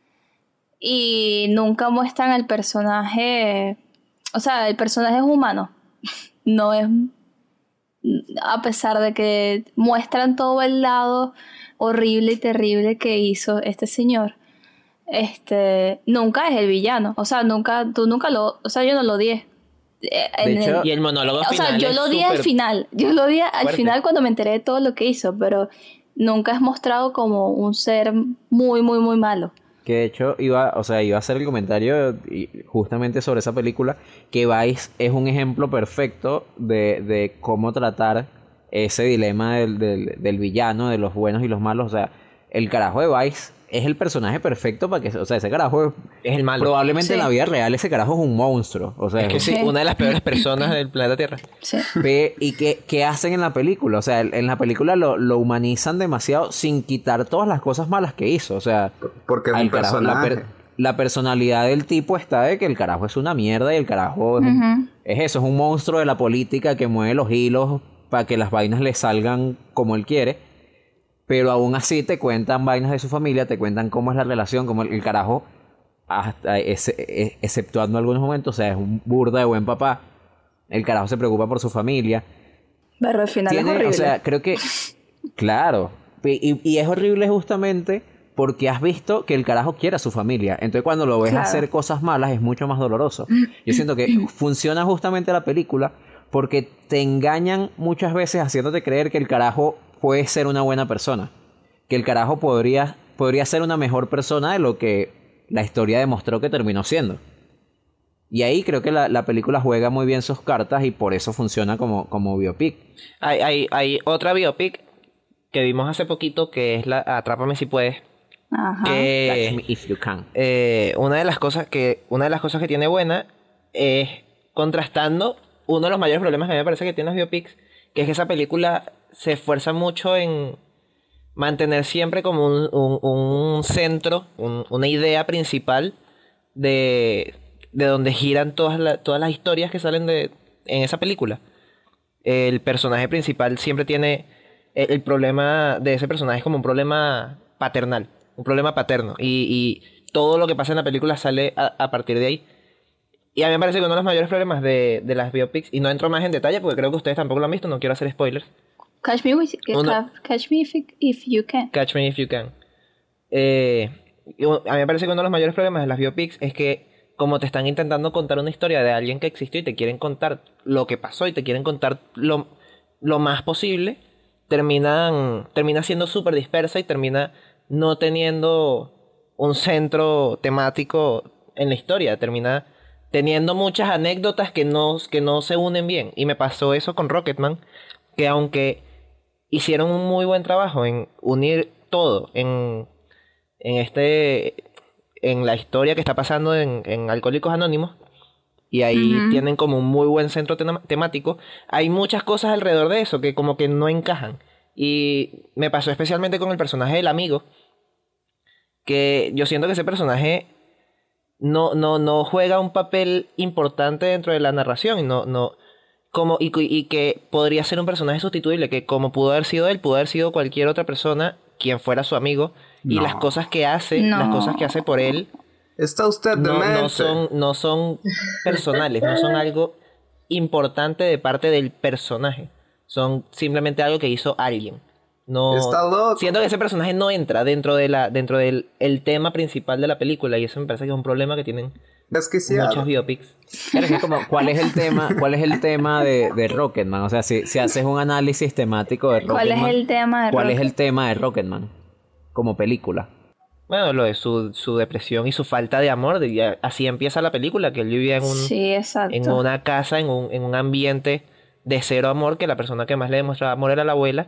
Y nunca muestran el personaje... O sea, el personaje es humano. No es... A pesar de que muestran todo el lado horrible y terrible que hizo este señor, nunca es el villano. O sea, tú nunca lo... O sea, yo no lo odié. De hecho, Y el monólogo O final sea, yo es lo odié al súper final. Yo lo odié al fuerte. final cuando me enteré de todo lo que hizo, pero nunca es mostrado como un ser muy, muy, muy malo. que de hecho iba a hacer el comentario justamente sobre esa película, que Vice es un ejemplo perfecto de cómo tratar ese dilema del villano, de los buenos y los malos. O sea, el carajo de Vice es el personaje perfecto para que... O sea, ese carajo Es el malo. probablemente en Sí. la vida real ese carajo es un monstruo. O sea, Es que sí, Sí. una de las peores personas del planeta Tierra. Sí. ¿Y qué hacen en la película? O sea, en la película lo humanizan demasiado sin quitar todas las cosas malas que hizo. O sea, Porque es al un carajo, personaje. la personalidad del tipo está de que el carajo es una mierda y el carajo es eso, es un monstruo de la política que mueve los hilos para que las vainas le salgan como él quiere. Pero aún así te cuentan vainas de su familia, te cuentan cómo es la relación, cómo el carajo, hasta exceptuando algunos momentos, o sea, es un burda de buen papá. El carajo se preocupa por su familia. Pero al final es horrible. O sea, creo que, claro, y es horrible justamente porque has visto que el carajo quiere a su familia. Entonces cuando lo ves Claro. hacer cosas malas es mucho más doloroso. Yo siento que funciona justamente la película porque te engañan muchas veces haciéndote creer que el carajo puede ser una buena persona. Que el carajo podría ser una mejor persona de lo que la historia demostró que terminó siendo. Y ahí creo que la película juega muy bien sus cartas y por eso funciona como biopic. Hay otra biopic que vimos hace poquito que es la Atrápame si puedes. Ajá. Catch Me If You Can. Una de las cosas que tiene buena es contrastando uno de los mayores problemas que a mí me parece que tienen las biopics, que es que esa película se esfuerza mucho en mantener siempre como un centro, una idea principal de donde giran todas las historias que salen en esa película. El personaje principal siempre tiene el problema de ese personaje es como un problema paternal, un problema paterno, y todo lo que pasa en la película sale a partir de ahí. Y a mí me parece que uno de los mayores problemas de las biopics, y no entro más en detalle porque creo que ustedes tampoco lo han visto, no quiero hacer spoilers. Catch me if you can. Catch Me If You Can. A mí me parece que uno de los mayores problemas de las biopics es que como te están intentando contar una historia de alguien que existió y te quieren contar lo que pasó y te quieren contar lo más posible, termina siendo súper dispersa y termina no teniendo un centro temático en la historia, termina teniendo muchas anécdotas que no se unen bien. Y me pasó eso con Rocketman, que aunque hicieron un muy buen trabajo en unir todo en la historia que está pasando en Alcohólicos Anónimos, y ahí tienen como un muy buen centro temático, hay muchas cosas alrededor de eso que como que no encajan. Y me pasó especialmente con el personaje del amigo, que yo siento que ese personaje no juega un papel importante dentro de la narración, y que podría ser un personaje sustituible, que como pudo haber sido él, pudo haber sido cualquier otra persona quien fuera su amigo, y No. las cosas que hace, No. las cosas que hace por él Está usted demente. no son personales, no son algo importante de parte del personaje, son simplemente algo que hizo alguien. No, Está loco. siento que ese personaje no entra dentro del el tema principal de la película, y eso me parece que es un problema que tienen Desquiciado. muchas biopics. Pero es que como, ¿cuál es el tema de Rocketman? O sea, si haces un análisis temático de Rocketman, ¿Cuál es el tema de ¿cuál es Rocket? el tema de Rocketman como película? Bueno, lo de su depresión y su falta de amor, así empieza la película, que él vivía Sí, exacto. en una casa, en un ambiente de cero amor, que la persona que más le demostraba amor era la abuela.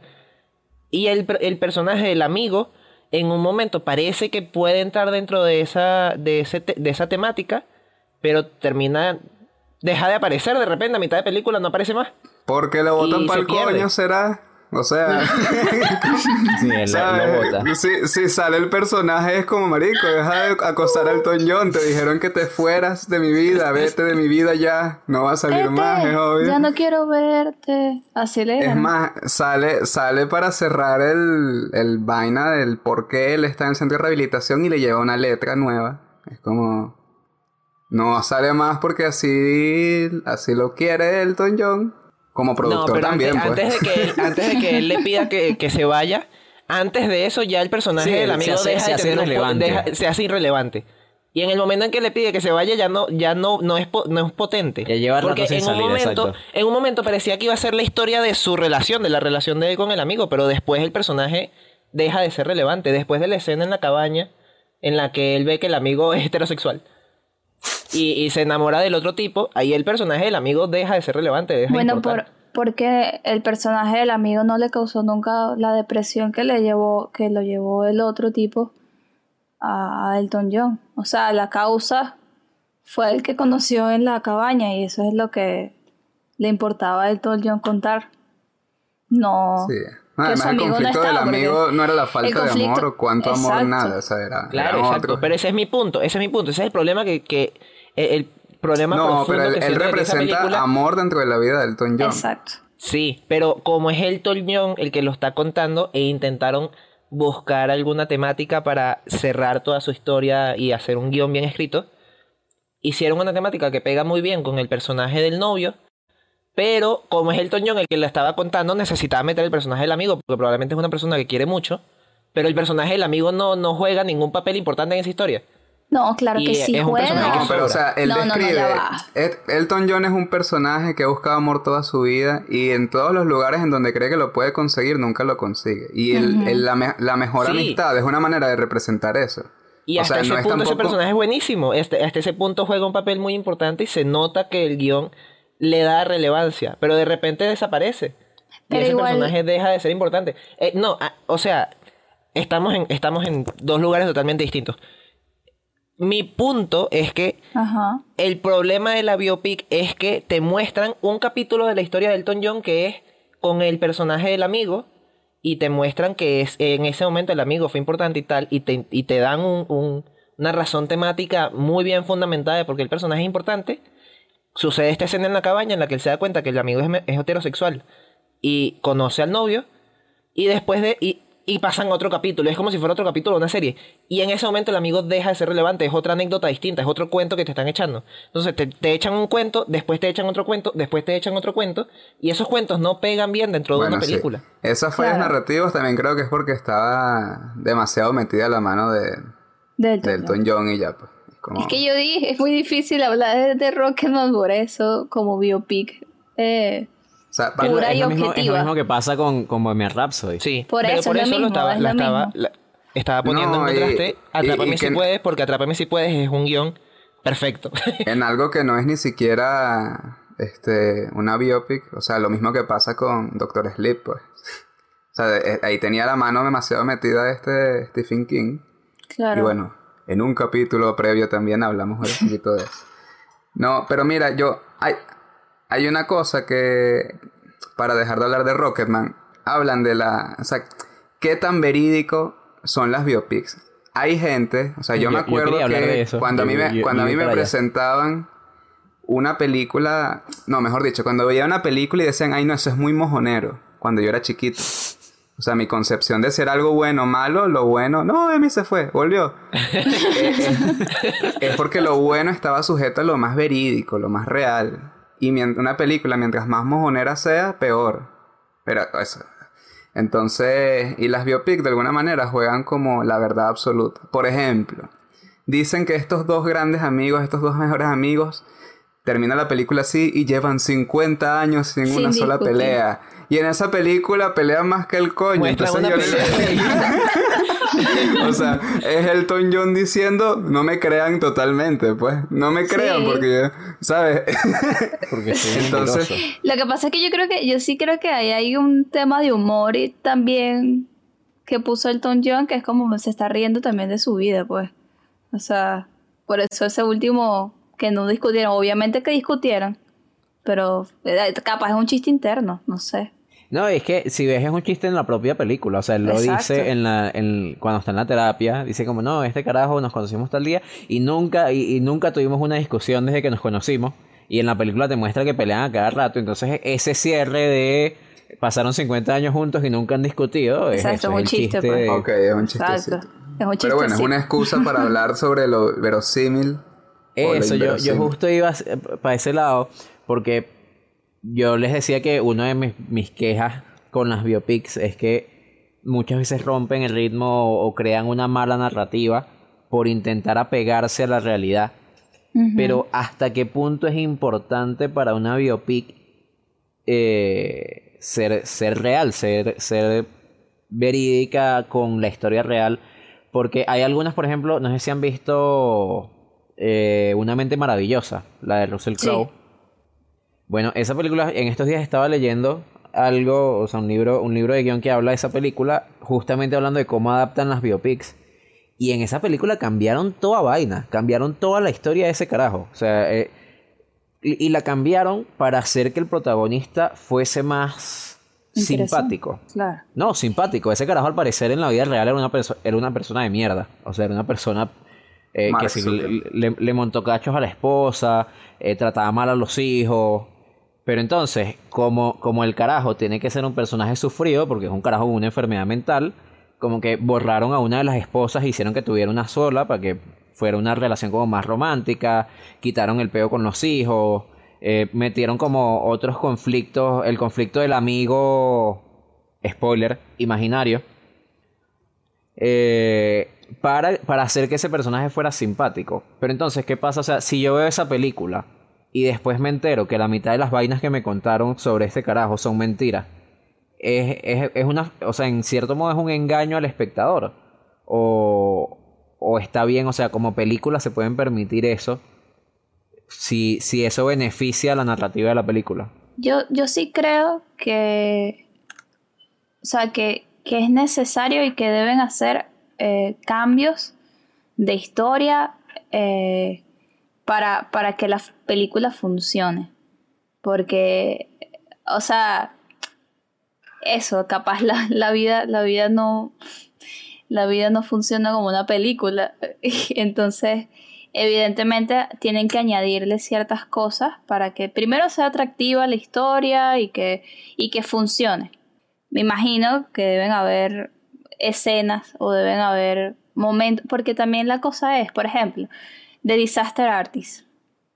Y el personaje del amigo, en un momento parece que puede entrar dentro de esa temática, pero deja de aparecer de repente a mitad de película, no aparece más. Porque lo botan Y para se el pierde. coño, será. O sea, Sí, lo ¿sabes? bota. Si sale el personaje es como marico, deja de acosar al Elton John. Te dijeron que te fueras de mi vida, vete de mi vida ya. No va a salir más, es obvio. Ya no quiero verte. Acelera. Es más, sale para cerrar el vaina del por qué él está en el centro de rehabilitación y le lleva una letra nueva. Es como... No sale más porque así lo quiere Elton John. Como productor No, pero también, antes pues. antes de que él le pida que se vaya, antes de eso ya el personaje Sí, del amigo se hace tener irrelevante. se hace irrelevante. Y en el momento en que le pide que se vaya ya no es potente. Ya lleva rato Porque sin salir, exacto. en un momento parecía que iba a ser la historia de su relación, de la relación de él con el amigo, pero después el personaje deja de ser relevante. Después de la escena en la cabaña en la que él ve que el amigo es heterosexual y se enamora del otro tipo, ahí el personaje del amigo deja de ser relevante, deja de Bueno, importar. porque el personaje del amigo no le causó nunca la depresión que lo llevó el otro tipo a Elton John. O sea, la causa fue el que conoció en la cabaña y eso es lo que le importaba a Elton John contar. No. Sí. Además, el conflicto del amigo no era la falta de amor o cuánto amor, nada. O sea, claro, exacto. otro. Pero ese es mi punto. Ese es el problema el problema no, profundo pero él representa amor dentro de la vida de Elton John. Exacto. Sí, pero como es Elton John el que lo está contando e intentaron buscar alguna temática para cerrar toda su historia y hacer un guión bien escrito, hicieron una temática que pega muy bien con el personaje del novio, pero como es Elton John el que lo estaba contando, necesitaba meter el personaje del amigo, porque probablemente es una persona que quiere mucho, pero el personaje del amigo no juega ningún papel importante en esa historia. No, claro que sí juega. No, pero o sea, él describe... Elton John es un personaje que ha buscado amor toda su vida y en todos los lugares en donde cree que lo puede conseguir, nunca lo consigue. Y la mejor amistad es una manera de representar eso. Y hasta ese punto ese personaje es buenísimo. Hasta ese punto juega un papel muy importante y se nota que el guión le da relevancia, pero de repente desaparece. Pero y ese personaje deja de ser importante. O sea, estamos en dos lugares totalmente distintos. Mi punto es que el problema de la biopic es que te muestran un capítulo de la historia de Elton John que es con el personaje del amigo y te muestran que en ese momento el amigo fue importante y tal y te dan una razón temática muy bien fundamentada de por qué el personaje es importante. Sucede esta escena en la cabaña en la que él se da cuenta que el amigo es heterosexual y conoce al novio y después y pasan otro capítulo, es como si fuera otro capítulo de una serie y en ese momento el amigo deja de ser relevante, es otra anécdota distinta, es otro cuento que te están echando. Entonces te echan un cuento, después te echan otro cuento, después te echan otro cuento y esos cuentos no pegan bien dentro de una película. Sí. Esas fallas narrativas también creo que es porque estaba demasiado metida la mano de Elton John y ya pues. Es que yo dije, es muy difícil hablar de Rocketman por eso, como biopic. O sea, pura y objetiva. Es lo mismo que pasa con Bohemian Rhapsody. Sí, por eso estaba poniendo en contraste Atrápame si puedes, porque Atrápame si puedes es un guión perfecto. En algo que no es ni siquiera una biopic, o sea, lo mismo que pasa con Doctor Sleep, pues. O sea, ahí tenía la mano demasiado metida Stephen King. Claro. Y bueno, en un capítulo previo también hablamos un poquito de eso. No, pero mira, hay una cosa que, para dejar de hablar de Rocketman, hablan de o sea, qué tan verídico son las biopics. Hay gente, o sea, yo me acuerdo que cuando a mí me presentaban una película, no, mejor dicho, cuando veía una película y decían, ay no, eso es muy mojonero, cuando yo era chiquito. O sea, mi concepción de ser algo bueno o malo, lo bueno... No, Emi se fue, volvió. Es porque lo bueno estaba sujeto a lo más verídico, lo más real. Y una película, mientras más mojonera sea, peor. Pero eso. Entonces, y las biopic de alguna manera juegan como la verdad absoluta. Por ejemplo, dicen que estos dos grandes amigos, estos dos mejores amigos, termina la película así y llevan 50 años sin una sola pelea. Y en esa película pelean más que el coño. Entonces o sea, es Elton John diciendo, no me crean totalmente, pues. No me crean porque, ¿sabes? Porque entonces, lo que pasa es que yo sí creo que ahí hay un tema de humor y también que puso Elton John, que es como se está riendo también de su vida, pues. O sea, por eso ese último que no discutieron, obviamente que discutieron, pero capaz es un chiste interno, no sé. No, es que si ves es un chiste en la propia película, o sea, él lo dice cuando está en la terapia, dice como, no, este carajo nos conocimos tal día y nunca tuvimos una discusión desde que nos conocimos, y en la película te muestra que pelean a cada rato, entonces ese cierre de pasaron 50 años juntos y nunca han discutido, exacto, es un chiste, pues. Ok, es un chistecito. Pero bueno, es una excusa para hablar sobre lo verosímil. Eso, yo justo iba para ese lado, porque yo les decía que una de mis quejas con las biopics es que muchas veces rompen el ritmo o crean una mala narrativa por intentar apegarse a la realidad. Uh-huh. Pero ¿hasta qué punto es importante para una biopic ser real, ser verídica con la historia real? Porque hay algunas, por ejemplo, no sé si han visto Una mente maravillosa, la de Russell Crowe. Sí. Bueno, esa película, en estos días estaba leyendo algo, o sea, un libro de guión que habla de esa película, justamente hablando de cómo adaptan las biopics. Y en esa película cambiaron toda vaina, cambiaron toda la historia de ese carajo. O sea, y la cambiaron para hacer que el protagonista fuese más simpático. Claro. No, simpático. Ese carajo al parecer en la vida real era una persona de mierda. O sea, era una persona que le montó cachos a la esposa, trataba mal a los hijos. Pero entonces, como el carajo tiene que ser un personaje sufrido, porque es un carajo con una enfermedad mental, como que borraron a una de las esposas e hicieron que tuviera una sola para que fuera una relación como más romántica, quitaron el peo con los hijos, metieron como otros conflictos, el conflicto del amigo, spoiler, imaginario, para hacer que ese personaje fuera simpático. Pero entonces, ¿qué pasa? O sea, si yo veo esa película y después me entero que la mitad de las vainas que me contaron sobre este carajo son mentiras, es una, o sea, en cierto modo es un engaño al espectador. O está bien, o sea, como película se pueden permitir eso si eso beneficia la narrativa de la película. Yo sí creo que, o sea, que es necesario y que deben hacer cambios de historia para que la película funcione. Porque, o sea, eso, capaz la vida no funciona como una película. Entonces, evidentemente tienen que añadirle ciertas cosas para que primero sea atractiva la historia y que funcione. Me imagino que deben haber escenas o deben haber momentos, porque también la cosa es, por ejemplo, The Disaster Artist.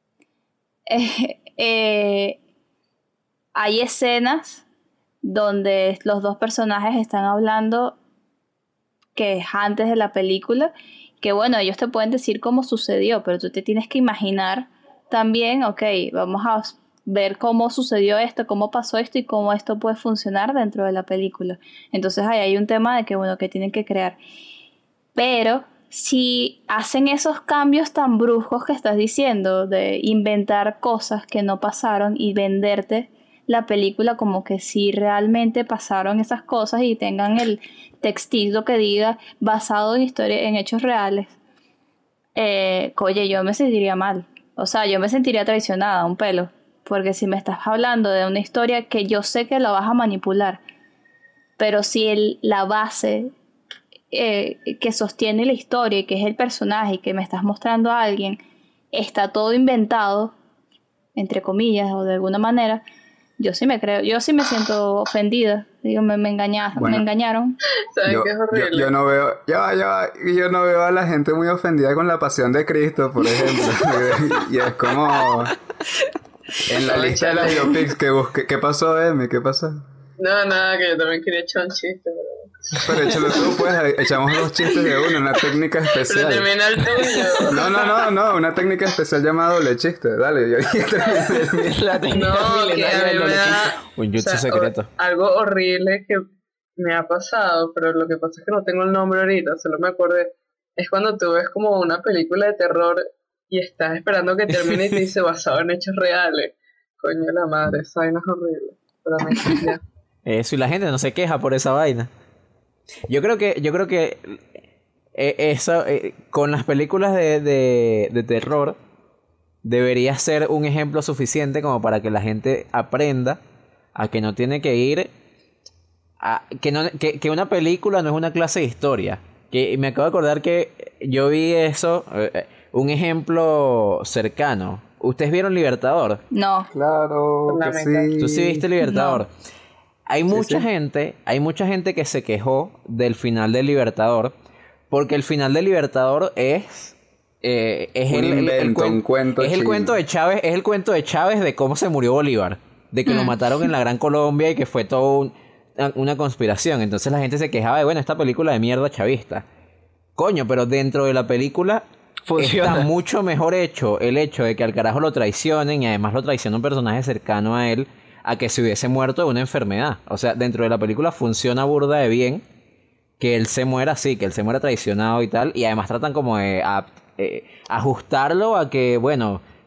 Hay escenas donde los dos personajes están hablando que es antes de la película, que bueno, ellos te pueden decir cómo sucedió, pero tú te tienes que imaginar también, ok, vamos a ver cómo sucedió esto, cómo pasó esto y cómo esto puede funcionar dentro de la película. Entonces ahí hay un tema de que bueno, que tienen que crear. Pero si hacen esos cambios tan bruscos que estás diciendo, de inventar cosas que no pasaron y venderte la película como que sí realmente pasaron esas cosas y tengan el textito que diga basado en hechos reales, oye, yo me sentiría mal. O sea, yo me sentiría traicionada un pelo, porque si me estás hablando de una historia que yo sé que la vas a manipular, pero si la base que sostiene la historia y que es el personaje y que me estás mostrando a alguien está todo inventado, entre comillas, o de alguna manera, yo sí me siento ofendida. Digo, me engañaron. ¿Sabes qué es horrible? Yo no veo, yo no veo a la gente muy ofendida con la pasión de Cristo, por ejemplo. Y es como en la lista de las biopics que busqué. ¿Qué pasó, Emi? ¿Qué pasó? No, nada, que yo también quería echar un chiste, pero échalo tú, pues, echamos dos chistes de uno, una técnica especial. Pero termina el tuyo. No, una técnica especial llamada doble chiste. Dale, yo La técnica No, que a mí me da... Un jutsu secreto. Algo horrible que me ha pasado, pero lo que pasa es que no tengo el nombre ahorita, solo me acordé. Es cuando tú ves como una película de terror y estás esperando que termine y te dice basado en hechos reales. Coño de la madre, esa vaina es horrible. Para mí, ya. Eso, y la gente no se queja por esa vaina. Yo creo que eso, con las películas de terror debería ser un ejemplo suficiente como para que la gente aprenda a que no tiene que ir a, que una película no es una clase de historia. Que me acabo de acordar que yo vi eso, un ejemplo cercano. ¿Ustedes vieron Libertador? No. Claro que sí. ¿Tú sí viste Libertador? No. Hay mucha gente que se quejó del final de Libertador, porque el final de Libertador es un cuento es el cuento de Chávez, es el cuento de Chávez de cómo se murió Bolívar, de que lo mataron en la Gran Colombia y que fue todo una conspiración. Entonces la gente se quejaba de, bueno, esta película de mierda chavista. Coño, pero dentro de la película funciona. Está mucho mejor hecho el hecho de que al carajo lo traicionen, y además lo traiciona un personaje cercano a él, a que se hubiese muerto de una enfermedad. O sea, dentro de la película funciona burda de bien que él se muera así, que él se muera traicionado y tal, y además tratan como de ajustarlo a que, bueno,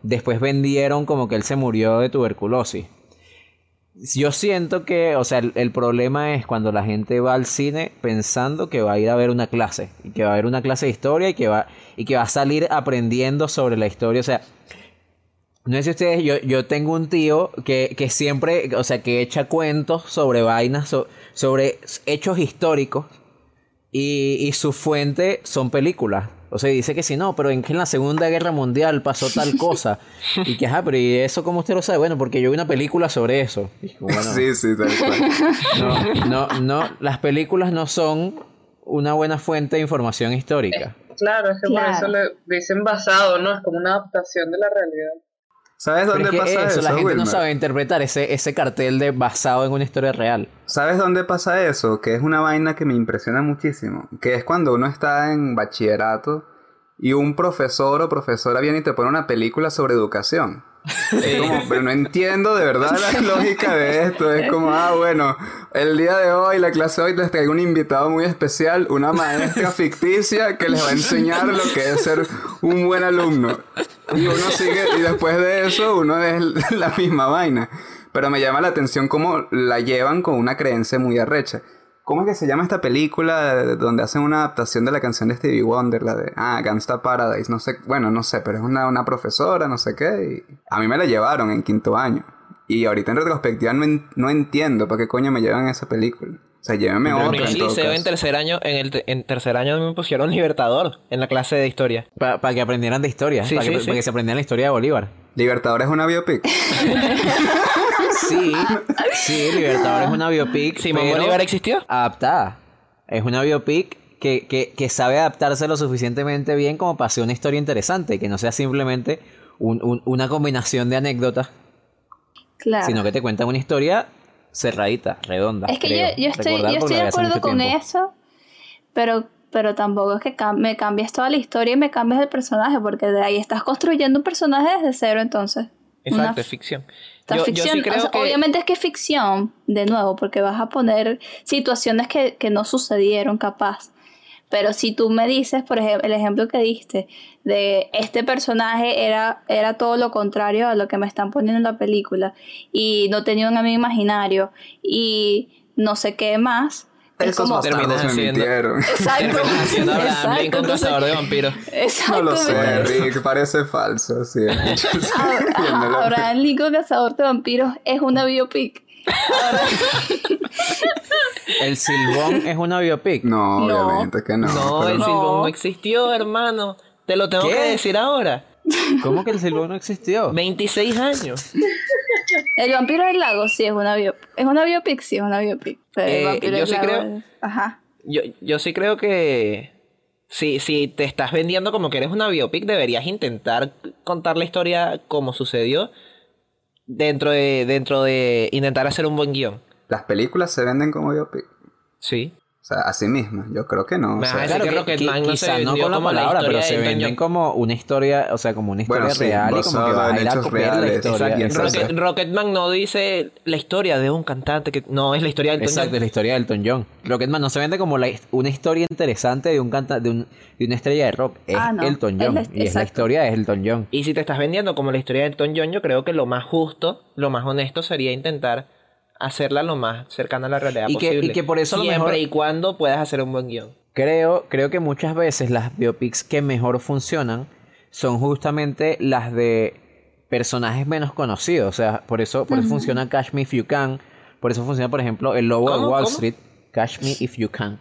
después vendieron como que él se murió de tuberculosis. Yo siento que, o sea, el problema es cuando la gente va al cine pensando que va a ir a ver una clase, y que va a haber una clase de historia y que va a salir aprendiendo sobre la historia. O sea, no sé si ustedes, yo tengo un tío que siempre, o sea, que echa cuentos sobre vainas, sobre hechos históricos, y su fuente son películas. O sea, dice que si no, pero en la Segunda Guerra Mundial pasó tal cosa. Y que, pero ¿y eso cómo usted lo sabe? Bueno, porque yo vi una película sobre eso. Y bueno, sí, tal cual. No, las películas no son una buena fuente de información histórica. Claro, es que por eso le dicen basado, ¿no? Es como una adaptación de la realidad. ¿Sabes dónde pasa eso? La gente Wilmer? no sabe interpretar ese cartel de basado en una historia real. ¿Sabes dónde pasa eso? Que es una vaina que me impresiona muchísimo. Que es cuando uno está en bachillerato y un profesor o profesora viene y te pone una película sobre educación. Es como, pero no entiendo de verdad la lógica de esto. Es como, bueno, el día de hoy, la clase de hoy, les traigo un invitado muy especial, una maestra ficticia que les va a enseñar lo que es ser un buen alumno. Y uno sigue, y después de eso, uno es la misma vaina. Pero me llama la atención cómo la llevan con una creencia muy arrecha. ¿Cómo es que se llama esta película donde hacen una adaptación de la canción de Stevie Wonder? La de, Gangsta Paradise, no sé, bueno, no sé, pero es una profesora, no sé qué, y a mí me la llevaron en 5º año. Y ahorita en retrospectiva no entiendo para qué coño me llevan esa película. O sea, llévenme otra en todo caso. En tercer año me pusieron Libertador en la clase de historia. Para que aprendieran de historia, para que se aprendieran la historia de Bolívar. ¿Libertador es una biopic? Sí, Libertador es una biopic. ¿Simón Bolívar existió? Adaptada. Es una biopic que sabe adaptarse lo suficientemente bien como para hacer una historia interesante, que no sea simplemente una combinación de anécdotas, sino que te cuentan una historia cerradita, redonda. Es que yo estoy de acuerdo con eso, pero tampoco es que me cambies toda la historia y me cambies el personaje, porque de ahí estás construyendo un personaje desde cero, entonces. Exacto, es ficción. Ficción. Yo sí creo que... Obviamente es que es ficción, de nuevo, porque vas a poner situaciones que no sucedieron, capaz. Pero si tú me dices, por ejemplo, el ejemplo que diste, de este personaje era todo lo contrario a lo que me están poniendo en la película, y no tenía un amigo imaginario, y no sé qué más... Esos bastardos me mintieron. Exacto. Abraham Lincoln, cazador de vampiros. No lo sé, Rick, parece falso. Sí. Abraham Lincoln, cazador de vampiros, es una biopic. ¿El Silbón es una biopic? No, obviamente que no. No, el Silbón no existió, hermano. Te lo tengo que decir ahora. ¿Cómo que el Silbón no existió? 26 años. El vampiro del lago sí es una biopic. Es una biopic, sí, es una biopic. Pero el vampiro yo del sí lago creo. Ajá. Yo sí creo que si te estás vendiendo como que eres una biopic, deberías intentar contar la historia como sucedió dentro de intentar hacer un buen guión. ¿Las películas se venden como biopic? Sí. O sea, así mismas, yo creo que no. O sea, claro que quizás no con la palabra, pero se venden como una historia, o sea, como una historia real y como que vas a ir a copiar la historia. Rocketman no dice la historia de un cantante, que no es la historia del Elton John. Exacto, es la historia de Elton John. Rocketman no se vende como una historia interesante de un cantante, de una estrella de rock. Es Elton John, y es la historia de Elton John. Y si te estás vendiendo como la historia de Elton John, yo creo que lo más justo, lo más honesto sería intentar hacerla lo más cercana a la realidad posible. Y que por eso siempre lo mejor, y cuando puedas hacer un buen guión. Creo que muchas veces las biopics que mejor funcionan son justamente las de personajes menos conocidos. O sea, por eso funciona Catch Me If You Can. Por eso funciona, por ejemplo, El Lobo de Wall Street. Catch Me If You Can.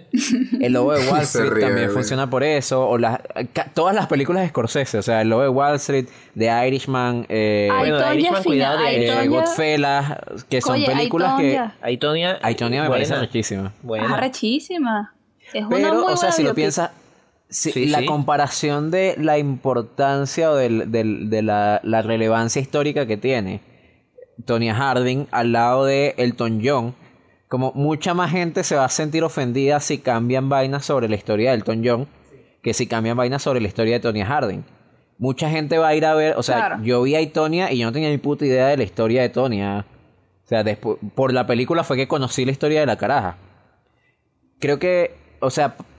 El Lobo de Wall Street también funciona por eso. O todas las películas de Scorsese. O sea, El Lobo de Wall Street, The Irishman, Irishman, cuidado, Goodfellas, que son películas que... Aitonia me parece rechísima. Rechísima. Es una pero, muy o sea, si lo biopic. piensas, la comparación de la importancia o de la relevancia histórica que tiene Tonya Harding al lado de Elton John, como mucha más gente se va a sentir ofendida si cambian vainas sobre la historia de Elton John que si cambian vainas sobre la historia de Tonya Harding. Mucha gente va a ir a ver, o sea, yo vi a Tonya y yo no tenía ni puta idea de la historia de Tonya. O sea, después, por la película fue que conocí la historia de la caraja. Creo que, o sea,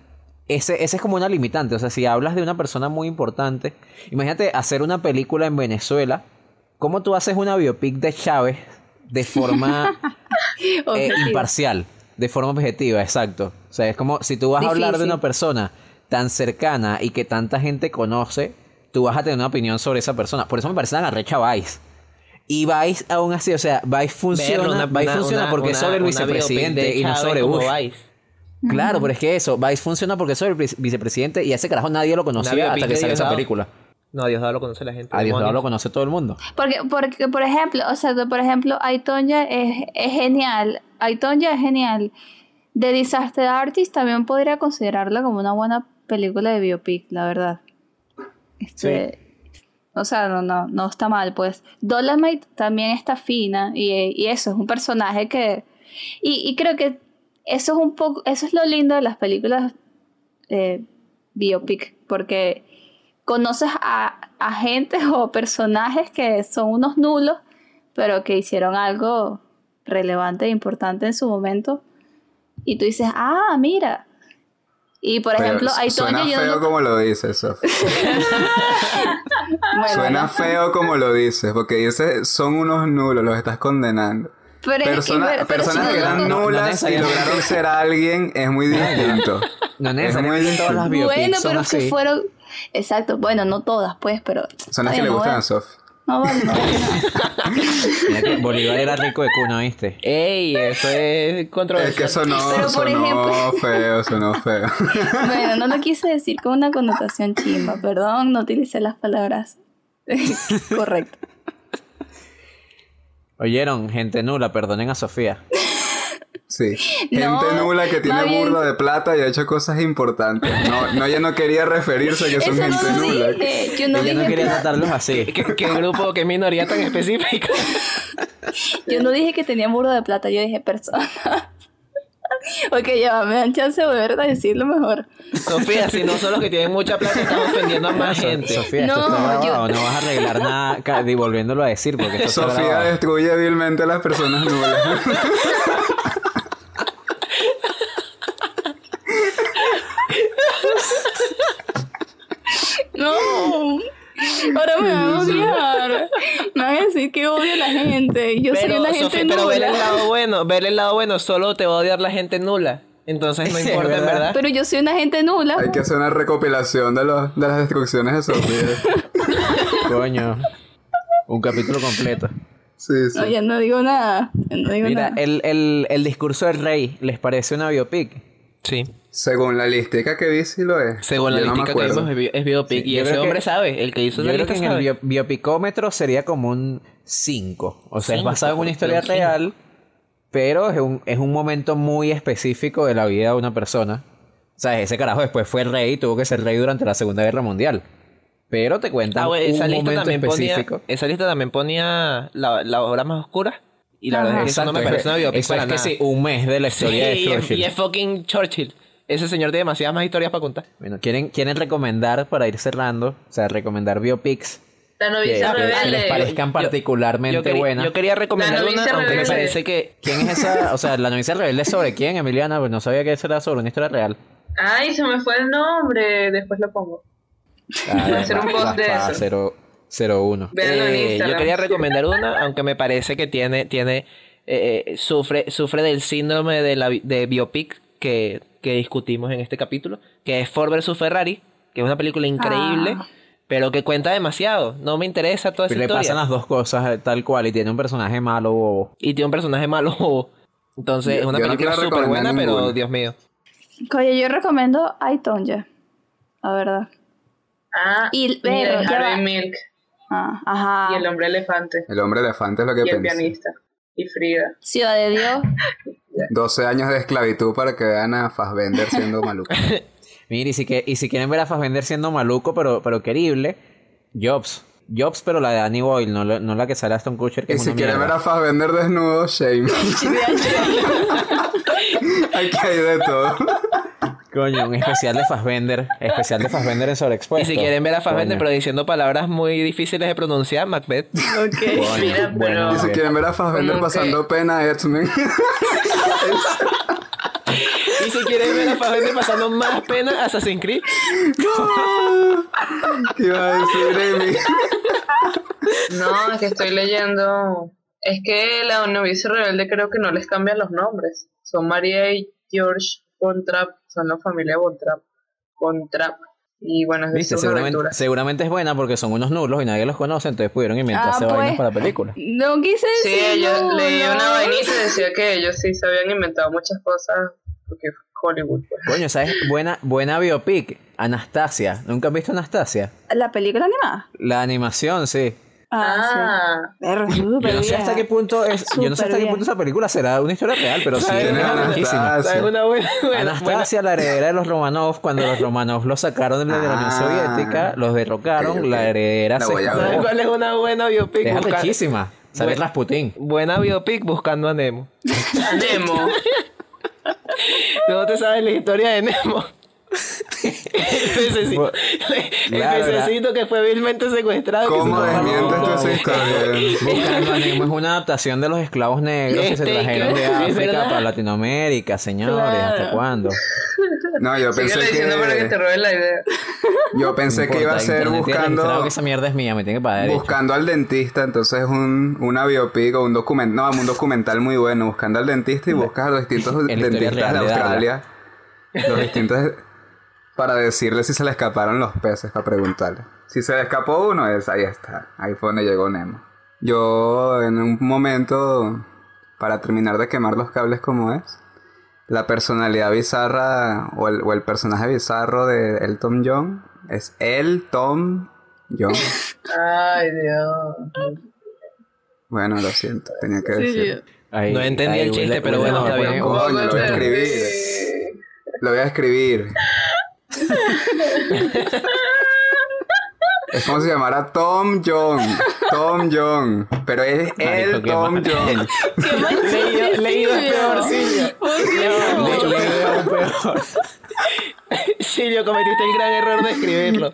ese es como una limitante. O sea, si hablas de una persona muy importante, imagínate hacer una película en Venezuela. ¿Cómo tú haces una biopic de Chávez de forma imparcial? De forma objetiva, exacto. O sea, es como si tú vas a hablar de una persona tan cercana y que tanta gente conoce, tú vas a tener una opinión sobre esa persona. Por eso me parece tan arrecha Vice. Y Vice aún así, o sea, Vice funciona, porque es sobre el vicepresidente y no sobre Bush. Claro, pero es que eso, Vice funciona porque es sobre el vicepresidente y a ese carajo nadie lo conocía hasta que salió esa película. No, a Diosdado lo conoce la gente. A Diosdado lo conoce todo el mundo. Porque, por ejemplo, I, Tonya es genial. I, Tonya es genial. The Disaster Artist también podría considerarla como una buena película de biopic, la verdad. Sí. O sea, no está mal, pues. Dolomite también está fina y eso es un personaje que... Y creo que eso es un poco... Eso es lo lindo de las películas biopic, porque conoces a gente o personajes que son unos nulos, pero que hicieron algo relevante e importante en su momento. Y tú dices, mira. Y por ejemplo, hay suena feo como lo dices, Sof. Suena feo como lo dices, porque dices, son unos nulos, los estás condenando. Personas que eran nulas y lograron ser alguien es muy distinto. No necesariamente todas las biopics bueno, son pero así. que fueron... Exacto, bueno, no todas, pues, pero... Son las que le gustan a Sof. No vale. Mira que Bolívar era rico de cuna, ¿viste? Ey, eso es controversial. Es que sonó feo. Bueno, no lo quise decir con una connotación chimba, perdón, no utilicé las palabras correctas. Oyeron, gente nula, perdonen a Sofía. Sí, gente nula que tiene burda de plata y ha hecho cosas importantes. No, ella no quería referirse a que son gente nula. Ella no quería tratarlos así. ¿Qué grupo, qué minoría tan específica? Yo no dije que tenía burda de plata, yo dije personas. Ok, ya me dan chance de volver a decirlo mejor. Sofía, si no son los que tienen mucha plata, están ofendiendo a más gente. Sofía, esto está grabado, no vas a arreglar nada volviéndolo a decir porque esto está Sofía grabado. destruye vilmente a las personas nulas. No, ahora me van a odiar. Me van a decir que odio a la gente. Yo soy una gente Sofía, nula. pero ver el lado bueno, solo te va a odiar la gente nula. Entonces no importa, en verdad. Pero yo soy una gente nula. Hay que hacer una recopilación de las destrucciones de Sofía. Coño, un capítulo completo. Sí. No, ya no digo nada. Mira, el discurso del rey, ¿les parece una biopic? Sí. Según la listica que vi, sí lo es. Según la listica que vimos, es biopic. Sí, y ese hombre sabe, el que hizo la lista lista sabe. Yo creo que en el biopicómetro sería como un 5. O sea, es basado en una historia real, pero es un momento muy específico de la vida de una persona. O sea, ese carajo después fue rey y tuvo que ser rey durante la Segunda Guerra Mundial. Pero te cuentan un momento específico. Esa lista también ponía la obra más oscura. Y la verdad es que eso no me parece una biopic eso para es nada. que sí, un mes de la historia de Churchill. Y es fucking Churchill. Ese señor tiene demasiadas más historias para contar. Bueno, ¿quieren recomendar, para ir cerrando, o sea, recomendar biopics La novicia que rebelde. les parezcan particularmente buenas? Yo quería recomendar La una, novicia aunque me rebelde. parece que... ¿Quién es esa? O sea, la novicia rebelde, ¿sobre quién, Emiliana? Pues no sabía que eso era sobre una historia real. Ay, se me fue el nombre. Después lo pongo. Voy a hacer un post de eso. 01. Véanlo en Instagram. yo quería recomendar una, aunque me parece que sufre del síndrome de biopic que discutimos en este capítulo, que es Ford vs Ferrari, que es una película increíble, pero que cuenta demasiado. No me interesa toda esa Le historia. pasan las dos cosas tal cual y tiene un personaje malo bobo. Y tiene un personaje malo bobo. Entonces es una yo no película quiero súper buena, recomendar pero ninguna. Dios mío. Oye, yo recomiendo I, Tonya. La verdad. Y mira, ya va. Harvey Milk Ajá. y el hombre elefante El hombre elefante es lo que y el pensé. pianista y Frida. Ciudad de Dios. 12 años de esclavitud para que vean a Fassbender siendo maluco. Mira, y si quieren ver a Fassbender siendo maluco, pero querible, Jobs, pero la de Danny Boyle, no la que sale Aston Kutcher, que Y es si una quieren ver mierda. a Fassbender desnudo, shame. Aquí hay de todo. Coño, un especial de Fassbender en Sobreexpuesto. Y si quieren ver a Fassbender, Coño. pero diciendo palabras muy difíciles de pronunciar, Macbeth. Ok, Coño, mira, bueno, pero... Y si quieren ver a Fassbender Como pasando pena, X-Men. Y si quieres ver a Fabián pasando más pena, Assassin's Creed. ¿Qué iba a decir, Amy? No, es que estoy leyendo. Es que la novicia rebelde creo que no les cambian los nombres. Son María y George Von Trapp, son la familia Von Trapp. Von Trapp. Y bueno, es de Viste, sus aventuras. seguramente es buena porque son unos nulos y nadie los conoce, entonces pudieron inventarse pues, vainas para la película. No quise Sí, decir ellos leí no. una vainita y decía que ellos sí se habían inventado muchas cosas porque Hollywood. Pues. Coño, ¿sabes? Buena biopic. Anastasia. ¿Nunca has visto Anastasia? ¿La película animada? La animación, sí. Ah, Sí. Yo no sé hasta qué punto esa película será una historia real, pero sí ¿Sabes? es loquísima. Anastasia. ¿Sabes una buena? Anastasia, la heredera de los Romanov, cuando los Romanov los sacaron de la Unión Soviética, los derrocaron, ok. la heredera La se voy a ver. ¿Sabes escapó. cuál es una buena biopic? Es Busca- rechísima. ¿Sabes Rasputín? Buena biopic buscando a Nemo. Nemo. ¿No te sabes la historia de Nemo? El Claro, pececito que fue vilmente secuestrado. que ¿Cómo se lo desmientes robó. tú esa historia? Buscando a Nemo es una adaptación de los esclavos negros que se trajeron de es África verdad. para Latinoamérica, señores. ¿Hasta cuándo? No, yo pensé Síguele diciendo para que te que... roben la idea. Yo pensé que iba a ser Internet tiene registrado buscando... que esa mierda es mía, me tiene que pagar derecho. Buscando al dentista, entonces una biopic o un documental muy bueno. Buscando al dentista y buscas a los distintos La historia dentistas de real de Australia. Los distintos... Para decirle si se le escaparon los peces, para preguntarle. Si se le escapó uno, ahí está. Ahí fue donde llegó Nemo. Yo, en un momento, para terminar de quemar los cables como es, la personalidad bizarra o el personaje bizarro de Elton John es Elton John. Ay, Dios. Bueno, lo siento, tenía que decir. Ahí- No entendí el chiste, pero bueno, está bien. Coño, lo voy a escribir. Lo voy a escribir. Es como si llamara Tom John. Tom John. Pero es Marico, el qué Tom mal. John. ¡Qué mal chiste, Leído es Silvio! peor, Silvio. Silvio, cometiste el gran error de escribirlo.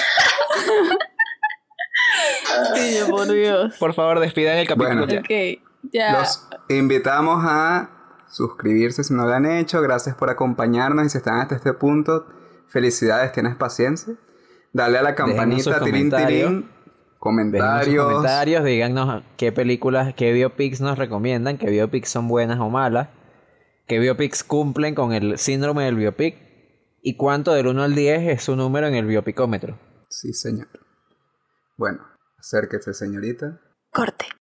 Silvio, por Dios. Por favor, despidan el capítulo. Bueno. ya. Ok, ya. Los invitamos a suscribirse si no lo han hecho. Gracias por acompañarnos. Y si están hasta este punto, felicidades, tienes paciencia. Dale a la Déjenos sus campanita, tirín, comentarios. tirín. Comentarios. Comentarios, díganos qué películas, qué biopics nos recomiendan, qué biopics son buenas o malas, qué biopics cumplen con el síndrome del biopic y cuánto del 1 al 10 es su número en el biopicómetro. Sí, señor. Bueno, acérquese, señorita. Corte.